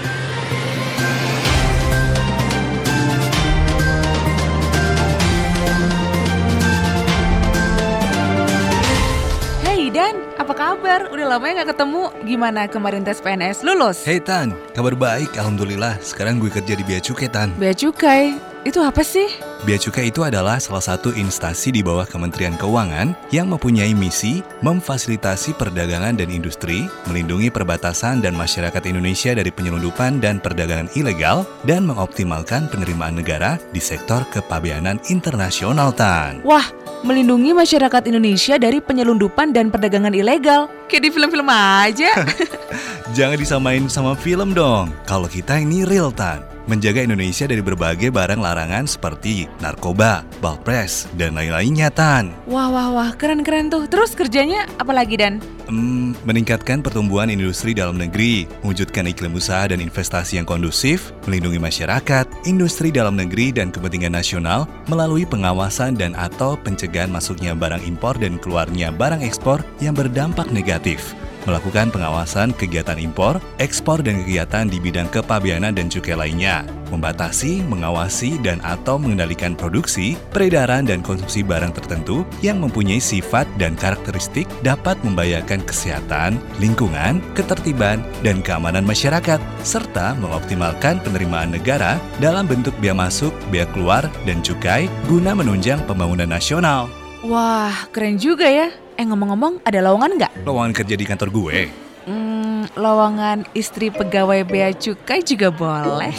Hey Dan, apa kabar? Udah lama ya gak ketemu. Gimana kemarin tes P N S? Lulus? Hey Tan, kabar baik, alhamdulillah. Sekarang gue kerja di Bea Cukai, Tan. Bea Cukai? Itu apa sih? Bea Cukai itu adalah salah satu instansi di bawah Kementerian Keuangan yang mempunyai misi memfasilitasi perdagangan dan industri, melindungi perbatasan dan masyarakat Indonesia dari penyelundupan dan perdagangan ilegal, dan mengoptimalkan penerimaan negara di sektor kepabeanan internasional, Tan. Wah, melindungi masyarakat Indonesia dari penyelundupan dan perdagangan ilegal. Kayak di film-film aja. Jangan disamain sama film dong. Kalau kita ini real, Tan. Menjaga Indonesia dari berbagai barang larangan seperti narkoba, balpres, dan lain-lainnya, Tan. Wah, wah, wah, keren-keren tuh. Terus kerjanya apa lagi, Dan? Hmm, meningkatkan pertumbuhan industri dalam negeri, mewujudkan iklim usaha dan investasi yang kondusif, melindungi masyarakat, industri dalam negeri dan kepentingan nasional melalui pengawasan dan atau pencegahan masuknya barang impor dan keluarnya barang ekspor yang berdampak negatif. Melakukan pengawasan kegiatan impor, ekspor dan kegiatan di bidang kepabeanan dan cukai lainnya, membatasi, mengawasi dan atau mengendalikan produksi, peredaran dan konsumsi barang tertentu yang mempunyai sifat dan karakteristik dapat membahayakan kesehatan, lingkungan, ketertiban dan keamanan masyarakat, serta mengoptimalkan penerimaan negara dalam bentuk bea masuk, bea keluar dan cukai guna menunjang pembangunan nasional. Wah, keren juga ya. Eh ngomong-ngomong, ada lowongan nggak? Lowongan kerja di kantor gue? Hmm, lowongan istri pegawai Bea Cukai juga boleh.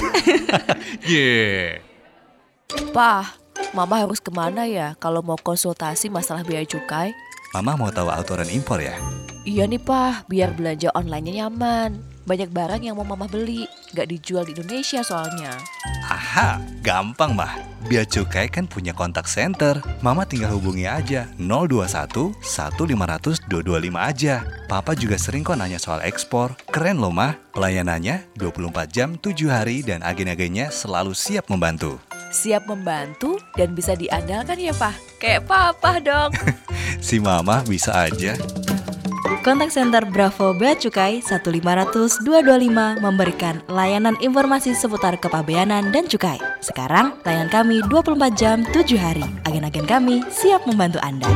Yeah. Pak, Mama harus kemana ya kalau mau konsultasi masalah Bea Cukai? Mama mau tahu aturan impor ya? Iya nih Pak, biar belanja online-nya nyaman. Banyak barang yang mau Mama beli, gak dijual di Indonesia soalnya. Aha, gampang mah. Bea Cukai kan punya kontak center. Mama tinggal hubungi aja nol dua satu satu lima nol nol dua dua lima aja. Papa juga sering kok nanya soal ekspor. Keren loh mah, pelayanannya dua puluh empat jam tujuh hari dan agen-agennya selalu siap membantu. Siap membantu dan bisa diandalkan ya Pak. Kayak Papa dong. Si Mama bisa aja. Kontak Center Bravo Bea Cukai satu lima nol nol dua dua lima memberikan layanan informasi seputar kepabeanan dan cukai. Sekarang, layanan kami dua puluh empat jam tujuh hari. Agen-agen kami siap membantu Anda.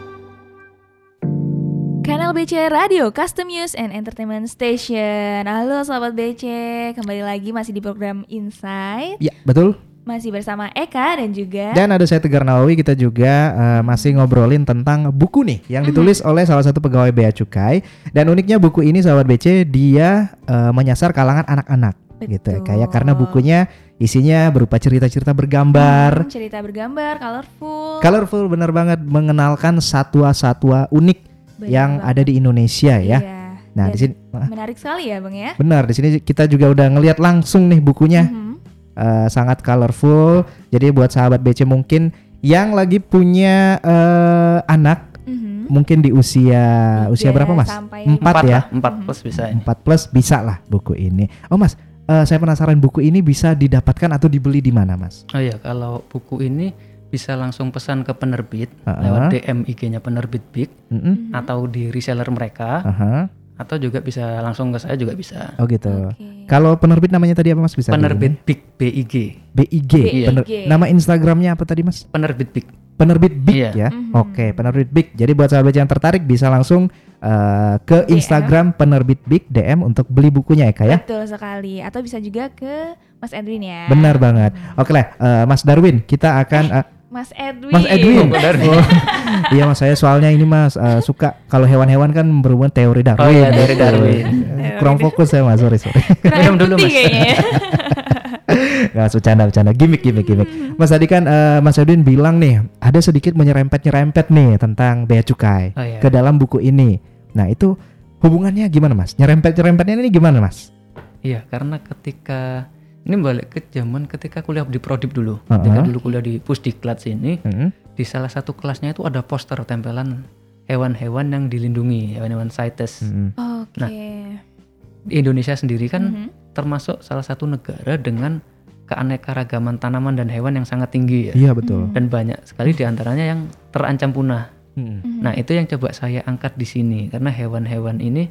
Kanal B C Radio, Custom News and Entertainment Station. Halo Sobat B C, kembali lagi masih di program Insight. Ya, betul. Masih bersama Eka dan juga Dan ada saya Tegar Nawawi. Kita juga uh, masih ngobrolin tentang buku nih yang ditulis mm-hmm. oleh salah satu pegawai Bea Cukai. Dan uniknya buku ini sahabat B C, dia uh, menyasar kalangan anak-anak. Betul. Gitu ya, kayak karena bukunya isinya berupa cerita-cerita bergambar, hmm, cerita bergambar, colorful. Colorful, benar banget, mengenalkan satwa-satwa unik benar yang banget. Ada di Indonesia ya. Iya. Nah, di sini menarik sekali ya, Bang ya. Benar, di sini kita juga udah ngelihat langsung nih bukunya. Mm-hmm. Uh, sangat colorful. Jadi buat sahabat B C mungkin yang lagi punya uh, anak, mm-hmm. mungkin di usia Tiga usia berapa Mas? Empat ya. Empat plus bisa ini. Empat plus bisa lah buku ini. Oh Mas, uh, saya penasaran buku ini bisa didapatkan atau dibeli di mana Mas? Oh iya, kalau buku ini bisa langsung pesan ke penerbit uh-huh. lewat D M I G-nya penerbit Big, uh-huh. atau di reseller mereka. Uh-huh. atau juga bisa langsung ke saya juga bisa. Oh gitu. Okay. Kalau penerbit namanya tadi apa Mas, bisa? Penerbit B I G, B I G. B I G. Iya. Pener- nama Instagramnya apa tadi Mas? Penerbit B I G. Penerbit B I G iya. ya. Mm-hmm. Oke, okay, penerbit B I G. Jadi buat sahabat yang tertarik bisa langsung uh, ke Instagram D M. Penerbit B I G D M untuk beli bukunya Eka ya. Betul sekali. Atau bisa juga ke Mas Edwin ya. Benar banget. Oke lah, uh, Mas Darwin, kita akan uh, Mas Edwin. Mas Edwin. Oh, iya Mas, saya soalnya ini Mas uh, suka kalau hewan-hewan kan berhubungan teori Darwin. Oh iya, teori Darwin. Kurang fokus saya Mas, sorry sorry. Minum dulu Mas. Nggak, bercanda-bercanda, gimmick gimmick gimmick. Mas tadi kan uh, Mas Edwin bilang nih ada sedikit menyerempet-nyerempet nih tentang bea cukai oh, iya. ke dalam buku ini. Nah itu hubungannya gimana Mas? Nyerempet-nyerempetnya ini gimana Mas? Iya, karena ketika ini balik ke zaman ketika kuliah di Prodip dulu. Uh-huh. Ketika dulu kuliah di Pusdiklat sini, uh-huh. di salah satu kelasnya itu ada poster tempelan hewan-hewan yang dilindungi, hewan-hewan CITES. Uh-huh. Oke. Okay. Nah, di Indonesia sendiri kan uh-huh. termasuk salah satu negara dengan keanekaragaman tanaman dan hewan yang sangat tinggi ya. Iya betul. Dan banyak sekali diantaranya yang terancam punah. Uh-huh. Nah itu yang coba saya angkat di sini karena hewan-hewan ini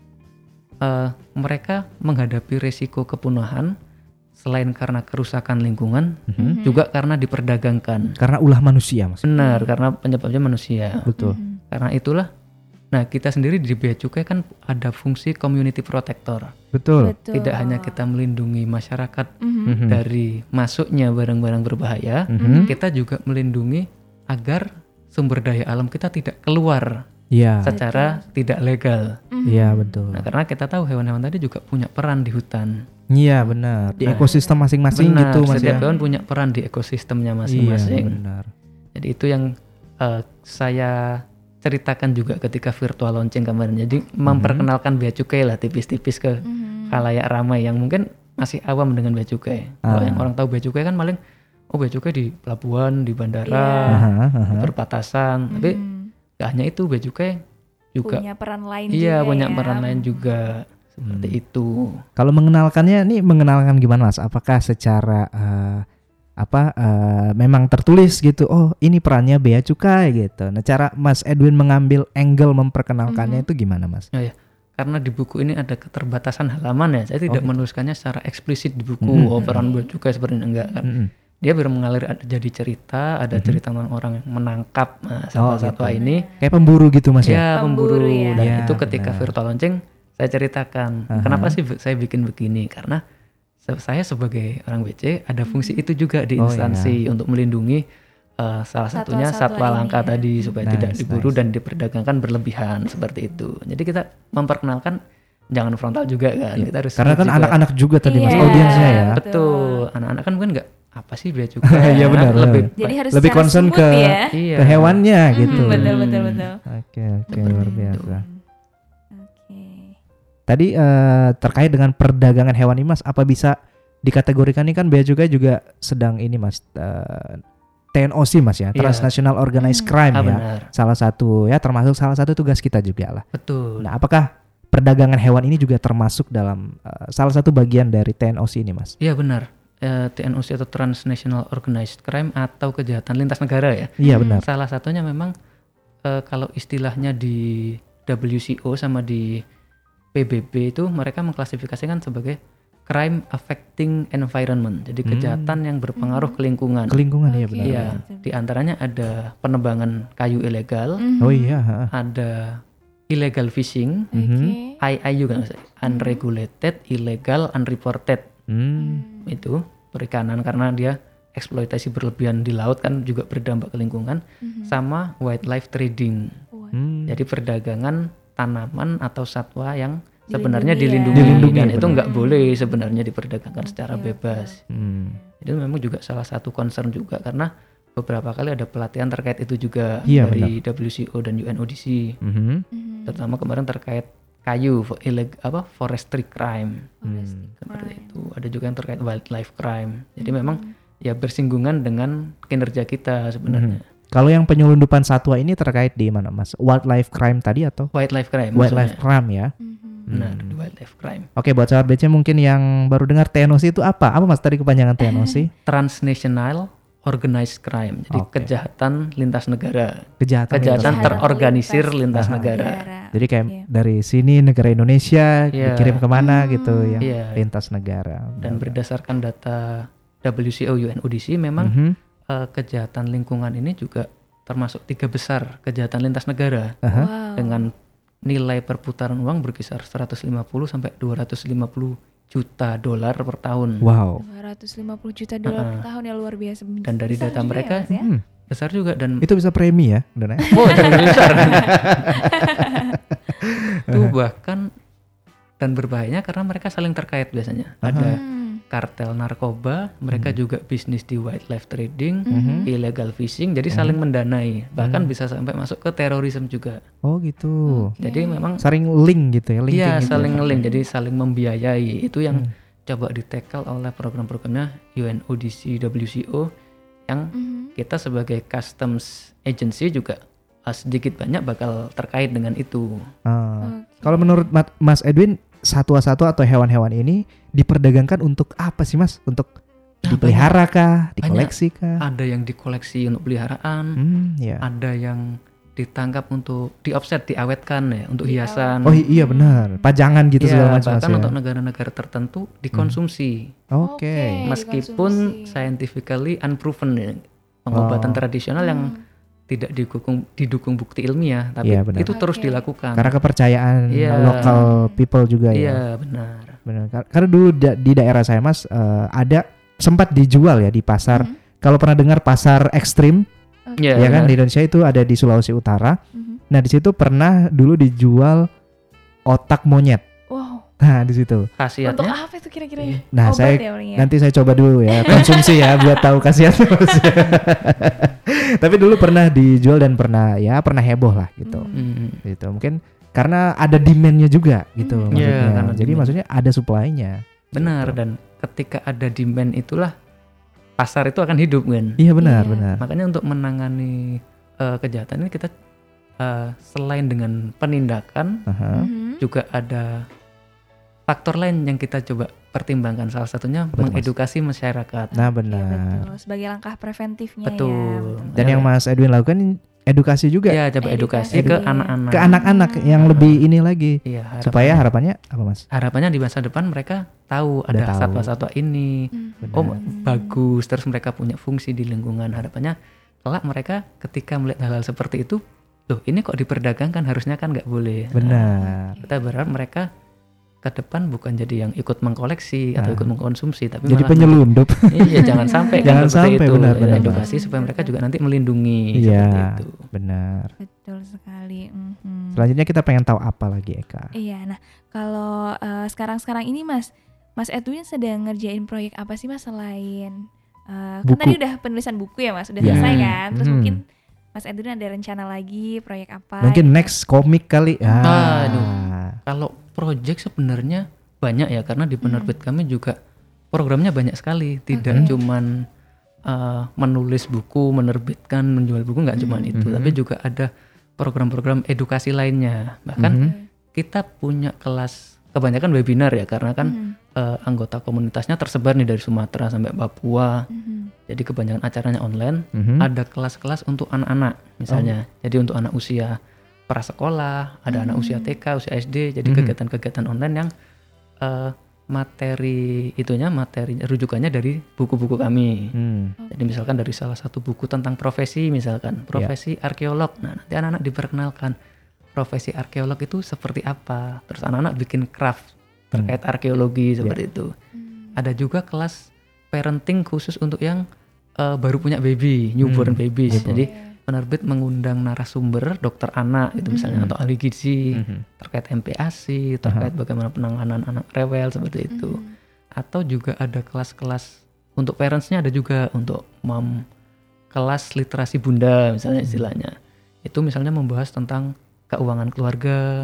uh, mereka menghadapi risiko kepunahan. Selain karena kerusakan lingkungan, mm-hmm. juga karena diperdagangkan. Karena ulah manusia, Mas. Benar, karena penyebabnya manusia. Betul. Mm-hmm. Karena itulah, nah kita sendiri di Bea Cukai kan ada fungsi community protector. Betul. Betul. Tidak hanya kita melindungi masyarakat mm-hmm. dari masuknya barang-barang berbahaya, mm-hmm. kita juga melindungi agar sumber daya alam kita tidak keluar. Ya. Secara betul. Tidak legal. Iya mm-hmm. betul. Nah karena kita tahu hewan-hewan tadi juga punya peran di hutan. Iya benar. Di nah, ekosistem masing-masing benar, gitu Mas. Setiap ya? hewan punya peran di ekosistemnya masing-masing. Iya benar. Jadi itu yang uh, saya ceritakan juga ketika virtual launching kemarin. Jadi mm-hmm. memperkenalkan bea cukai lah tipis-tipis ke mm-hmm. khalayak ramai yang mungkin masih awam dengan bea cukai. Ah. Kalau yang orang tahu bea cukai kan paling oh bea cukai di pelabuhan, di bandara, yeah. aha, aha. perbatasan. Mm-hmm. Tapi gak hanya itu, bea cukai juga punya peran lain iya, juga. punya ya. peran lain juga. Seperti hmm. itu. Kalau mengenalkannya nih mengenalkan gimana Mas? Apakah secara uh, apa uh, memang tertulis gitu? Oh, ini perannya bea cukai gitu. Nah, cara Mas Edwin mengambil angle memperkenalkannya mm-hmm. itu gimana Mas? Oh, ya. Karena di buku ini ada keterbatasan halaman ya. Saya tidak oh, menuliskannya secara eksplisit di buku mm-hmm. oh, peran bea cukai seperti ini enggak kan. Mm-hmm. Dia baru mengalir ada jadi cerita, ada mm-hmm. cerita tentang orang yang menangkap nah, satwa-satwa oh, gitu. Ini. Kayak pemburu gitu Mas ya? Ya, pemburu. pemburu ya. Dan ya, itu ketika benar. Virtual launching saya ceritakan, uh-huh. kenapa sih saya bikin begini? Karena se- saya sebagai orang B C ada fungsi itu juga di instansi oh, iya. untuk melindungi uh, salah satunya satwa, satwa langka ya. Tadi supaya nice, tidak diburu nice. Dan diperdagangkan berlebihan seperti itu. Jadi kita memperkenalkan jangan frontal juga kan. Ya. Kita harus karena kan juga. Anak-anak juga tadi yeah. Mas audiensnya ya. Betul, anak-anak kan mungkin nggak apa sih bea cukai. Iya benar. Lebih jadi harus lebih concern ke ya? ke hewannya mm-hmm, gitu. Betul betul betul. Oke oke luar biasa. Tadi uh, terkait dengan perdagangan hewan ini Mas, apa bisa dikategorikan ini kan bea cukai juga sedang ini Mas uh, T N O C Mas ya, Transnational yeah. Organized hmm. Crime ah, ya, benar. Salah satu ya termasuk salah satu tugas kita juga lah. Betul. Nah, apakah perdagangan hewan ini juga termasuk dalam uh, salah satu bagian dari T N O C ini Mas? Iya benar. Uh, T N O C atau Transnational Organized Crime atau kejahatan lintas negara ya. Iya benar. Salah satunya memang uh, kalau istilahnya di W C O sama di P B B itu mereka mengklasifikasikan sebagai crime affecting environment. Jadi hmm. kejahatan yang berpengaruh ke lingkungan. Ke lingkungan okay. ya benar. Iya, di antaranya ada penebangan kayu ilegal. Mm-hmm. Oh iya, ha. Ada illegal fishing. Mm-hmm. I I U kan unregulated, illegal, unreported. Hmm. Itu perikanan karena dia eksploitasi berlebihan di laut kan juga berdampak ke lingkungan. Mm-hmm. Sama wildlife trading. Hmm. Jadi perdagangan tanaman atau satwa yang sebenarnya dilindungi, dilindungi, ya. dilindungi dan benar. itu nggak boleh sebenarnya diperdagangkan okay, secara bebas. Hmm. Itu memang juga salah satu concern juga karena beberapa kali ada pelatihan terkait itu juga iya, dari benar. W C O dan U N O D C. Mm-hmm. Terutama kemarin terkait kayu, ileg, apa forestry crime. Hmm. Seperti itu. Ada juga yang terkait wildlife crime. Jadi memang ya bersinggungan dengan kinerja kita sebenarnya. Mm-hmm. Kalau yang penyelundupan satwa ini terkait di mana Mas? Wildlife crime tadi atau? Wildlife crime. Wildlife maksudnya. crime ya. Mm-hmm. Benar, hmm. wildlife crime. Oke, buat sahabat B C mungkin yang baru dengar T N O C itu apa? Apa Mas tadi kepanjangan T N O C? Transnational organized crime, jadi Oke. kejahatan lintas negara, Kejahatan kejahatan lintas terorganisir negara. lintas Aha. negara. Jadi kayak dari sini negara Indonesia Iya. dikirim kemana gitu ya, Iya. lintas negara. Dan berdasarkan data W C O U N O D C memang Mhm. uh, kejahatan lingkungan ini juga termasuk tiga besar kejahatan lintas negara Aha. Wow. dengan nilai perputaran uang berkisar seratus lima puluh sampai dua ratus lima puluh juta dolar per tahun. Wow. dua ratus lima puluh juta dolar per Uh-uh. tahun ya, luar biasa. Dan dari Besar data juga mereka ya, Mas, ya? Hmm. besar juga dan Itu bisa premi ya, udah naik. oh jauh lebih besar. Itu bahkan dan berbahayanya karena mereka saling terkait biasanya. Aha. Ada Hmm. kartel narkoba, mereka juga bisnis di wildlife trading, Mhm. illegal fishing, jadi saling mendanai, bahkan bisa sampai masuk ke terorisme juga. Oh gitu. Jadi memang Saling link gitu ya, linking iya gitu. saling nge-link, jadi saling membiayai. Itu yang Hmm. coba di-tackle oleh program-programnya U N O D C W C O yang Mhm. kita sebagai customs agency juga uh, sedikit banyak bakal terkait dengan itu. Ah. Kalau menurut Mat- Mas Edwin, satwa-satwa atau hewan-hewan ini diperdagangkan untuk apa sih Mas? Untuk dipelihara kah, dikoleksi kah? Ada yang dikoleksi untuk peliharaan, Hmm, ya. ada yang ditangkap untuk di offset, diawetkan ya untuk hiasan. Oh i- iya benar, pajangan gitu Iya, segala macam Mas bahkan ya. untuk negara-negara tertentu dikonsumsi. Oke. Meskipun scientifically unproven ya, pengobatan Oh. tradisional yang tidak didukung didukung bukti ilmiah, tapi Iya, benar. itu terus dilakukan. Karena kepercayaan Iya. lokal people juga ya. Iya, benar. Benar. Kar- Karena dulu da- di daerah saya Mas eh, ada sempat dijual ya di pasar. Kalau pernah dengar pasar ekstrim, Iya, ya kan benar. di Indonesia itu ada di Sulawesi Utara. Mhm. Nah di situ pernah dulu dijual otak monyet. Wow. Nah di situ. Untuk Khasiatnya apa itu kira-kira? Nah Obat saya ya paling ya? nanti saya coba dulu ya konsumsi ya buat tahu khasiatnya. Mas. Tapi dulu pernah dijual dan pernah ya pernah heboh lah gitu. Hmm. Gitu mungkin karena ada demand-nya juga gitu Hmm. maksudnya. Iya, karena Jadi demand. maksudnya ada supply-nya. benar, dan ketika ada demand itulah pasar itu akan hidup kan. Iya benar benar. Makanya untuk menangani uh, kejahatan ini kita uh, selain dengan penindakan Aha. juga ada faktor lain yang kita coba pertimbangkan. Salah satunya Betul, Mas. mengedukasi masyarakat. Nah benar. Betul, sebagai langkah preventifnya ya. Betul. Dan yang Mas Edwin lakukan edukasi juga. Ya, coba edukasi ke anak-anak. Ke anak-anak yang lebih ini lagi. Iya, harapannya- Supaya harapannya apa Mas? Harapannya di masa depan mereka tahu Udah ada tahu. satwa-satwa ini. Benar. Oh, bagus, terus mereka punya fungsi di lingkungan. Harapannya kelak mereka ketika melihat hal-hal seperti itu, loh ini kok diperdagangkan, harusnya kan nggak boleh. Benar. Nah, kita berharap mereka ke depan bukan jadi yang ikut mengkoleksi atau Nah. ikut mengkonsumsi, tapi Jadi malah penyelundup. Iya, jangan sampai Jangan kan seperti sampai, itu. benar, Ya, benar, edukasi supaya mereka juga nanti melindungi seperti Iya, itu. benar. Betul sekali. Mhm. Selanjutnya kita pengen tahu apa lagi Eka? Iya, nah kalau eh, sekarang-sekarang ini Mas, Mas Edwin sedang ngerjain proyek apa sih Mas selain eh, kan Buku. tadi udah penulisan buku ya Mas, udah Ya. selesai kan? Terus Mhm. mungkin Mas Edwin ada rencana lagi proyek apa? Mungkin gitu? next komik kali. Ah. Aduh, kalau project sebenarnya banyak ya, karena di penerbit kami juga programnya banyak sekali, tidak Oke. cuman uh, menulis buku, menerbitkan, menjual buku, nggak cuman itu, Mhm. tapi juga ada program-program edukasi lainnya. Bahkan Mhm. kita punya kelas kebanyakan webinar ya, karena kan Mhm. uh, anggota komunitasnya tersebar nih dari Sumatera sampai Papua. Mhm. Jadi kebanyakan acaranya online. Mhm. Ada kelas-kelas untuk anak-anak misalnya. Jadi untuk anak usia prasekolah, ada anak usia T K, usia S D. Jadi Mhm. kegiatan-kegiatan online yang uh, materi itunya, materi rujukannya dari buku-buku kami. Hmm. Jadi misalkan dari salah satu buku tentang profesi, misalkan profesi arkeolog. Nah, nanti anak-anak diperkenalkan profesi arkeolog itu seperti apa. Terus anak-anak bikin craft terkait arkeologi seperti itu. Ada juga kelas parenting khusus untuk yang uh, baru punya baby, newborn Hmm, babies. betul. Jadi penerbit mengundang narasumber dokter anak itu misalnya, Mhm. atau ahli gizi Mhm. terkait M P A S I, terkait bagaimana penanganan anak rewel seperti itu. Atau juga ada kelas-kelas untuk parentsnya, ada juga untuk mom, kelas literasi bunda misalnya istilahnya. Itu misalnya membahas tentang keuangan keluarga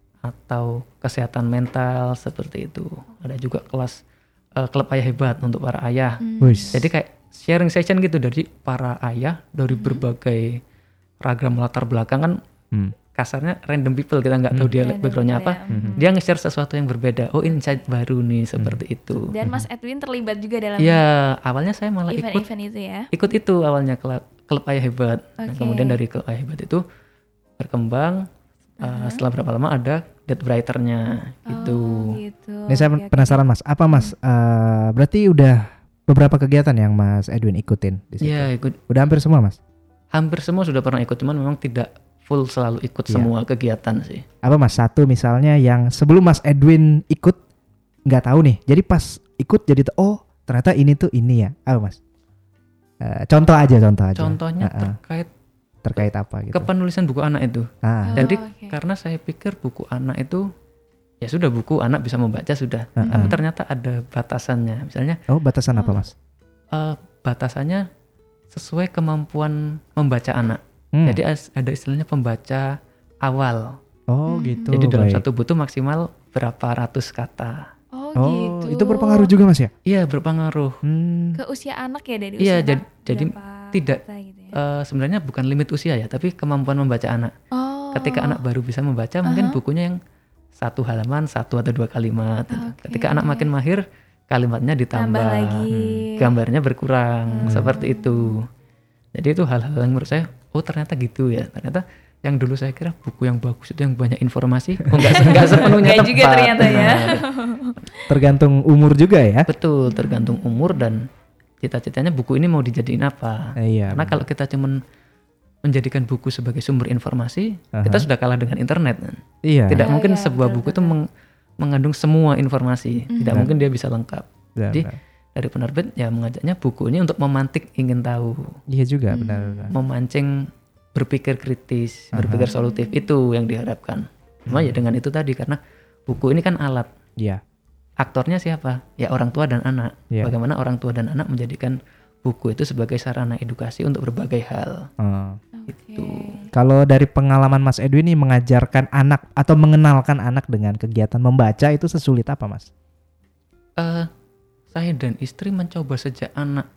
atau kesehatan mental seperti itu. Ada juga kelas uh, klub ayah hebat untuk para ayah. Wis. Jadi kayak sharing session gitu dari para ayah dari berbagai ragam latar belakang kan. Hmm. kasarnya random people, kita nggak tahu Hmm. dia Random backgroundnya people apa, ya. Mhm. dia nge-share sesuatu yang berbeda. Oh, insight baru nih seperti itu. Dan Mas Edwin terlibat juga dalam Iya, awalnya saya malah ikut event-event itu ya. ikut itu awalnya klub klub Ayah Hebat. Nah, Oke. kemudian dari klub Ayah Hebat itu berkembang. Uh, setelah berapa lama ada dead writer-nya gitu. gitu. Ini saya Oke, oke. penasaran Mas, apa Mas? eh, berarti udah beberapa kegiatan yang Mas Edwin ikutin di situ? Iya, ikut. Udah hampir semua Mas? Hampir semua sudah pernah ikut, cuman memang tidak full selalu ikut Iya. semua kegiatan sih. Apa Mas, satu misalnya yang sebelum Mas Edwin ikut nggak tahu nih, jadi pas ikut jadi tuh, oh ternyata ini tuh ini ya, apa Mas? Eh, contoh aja, contoh aja. Contohnya Ah, ah. terkait terkait apa gitu? kepenulisan buku anak itu. Ah. Jadi Oh, oke. karena saya pikir buku anak itu ya sudah, buku anak bisa membaca sudah, Ah, tapi ah. ternyata ada batasannya. Misalnya Oh, batasan apa Mas? eh, batasannya sesuai kemampuan membaca anak. Hmm. Jadi as- ada istilahnya pembaca awal. Oh gitu. Jadi dalam baik. satu buku maksimal berapa ratus kata. Oh, Oh, gitu. itu berpengaruh juga Mas ya? Iya, berpengaruh. Hmm. Ke usia anak ya, dari Iya, usia jadi anak jadi berapa tidak kata gitu ya? eh, sebenarnya bukan limit usia ya, tapi kemampuan membaca anak. Oh. Ketika anak baru bisa membaca, mungkin Aha. bukunya yang satu halaman, satu atau dua kalimat. gitu. Oke. Ketika anak makin mahir, kalimatnya ditambah, Tambah lagi. hmm, gambarnya berkurang, seperti itu. Jadi itu hal-hal yang menurut saya, oh ternyata gitu ya. Ternyata yang dulu saya kira buku yang bagus itu yang banyak informasi, oh enggak, enggak sepenuhnya Enggak tepat. juga ternyata ya. Nah, Tergantung umur juga ya? betul, tergantung umur dan cita-citanya buku ini mau dijadiin apa. Eh, iya. Karena kalau kita cuman menjadikan buku sebagai sumber informasi, Aha. kita sudah kalah dengan internet. Iya. Tidak Oh, mungkin iya, sebuah betul, buku itu meng- mengandung semua informasi. Tidak Mhm. mungkin dia bisa lengkap. Benar, Jadi benar. dari penerbit ya mengajaknya buku ini untuk memantik ingin tahu, Iya juga, benar-benar. memancing berpikir kritis, Aha. berpikir solutif, itu yang diharapkan. Cuma ya dengan itu tadi, karena buku ini kan alat. Iya. Aktornya siapa? Ya orang tua dan anak. Iya. Bagaimana orang tua dan anak menjadikan buku itu sebagai sarana edukasi untuk berbagai hal. Oh. Gitu. Kalau dari pengalaman Mas Edwin nih, mengajarkan anak atau mengenalkan anak dengan kegiatan membaca itu sesulit apa Mas? Eh, saya dan istri mencoba sejak anak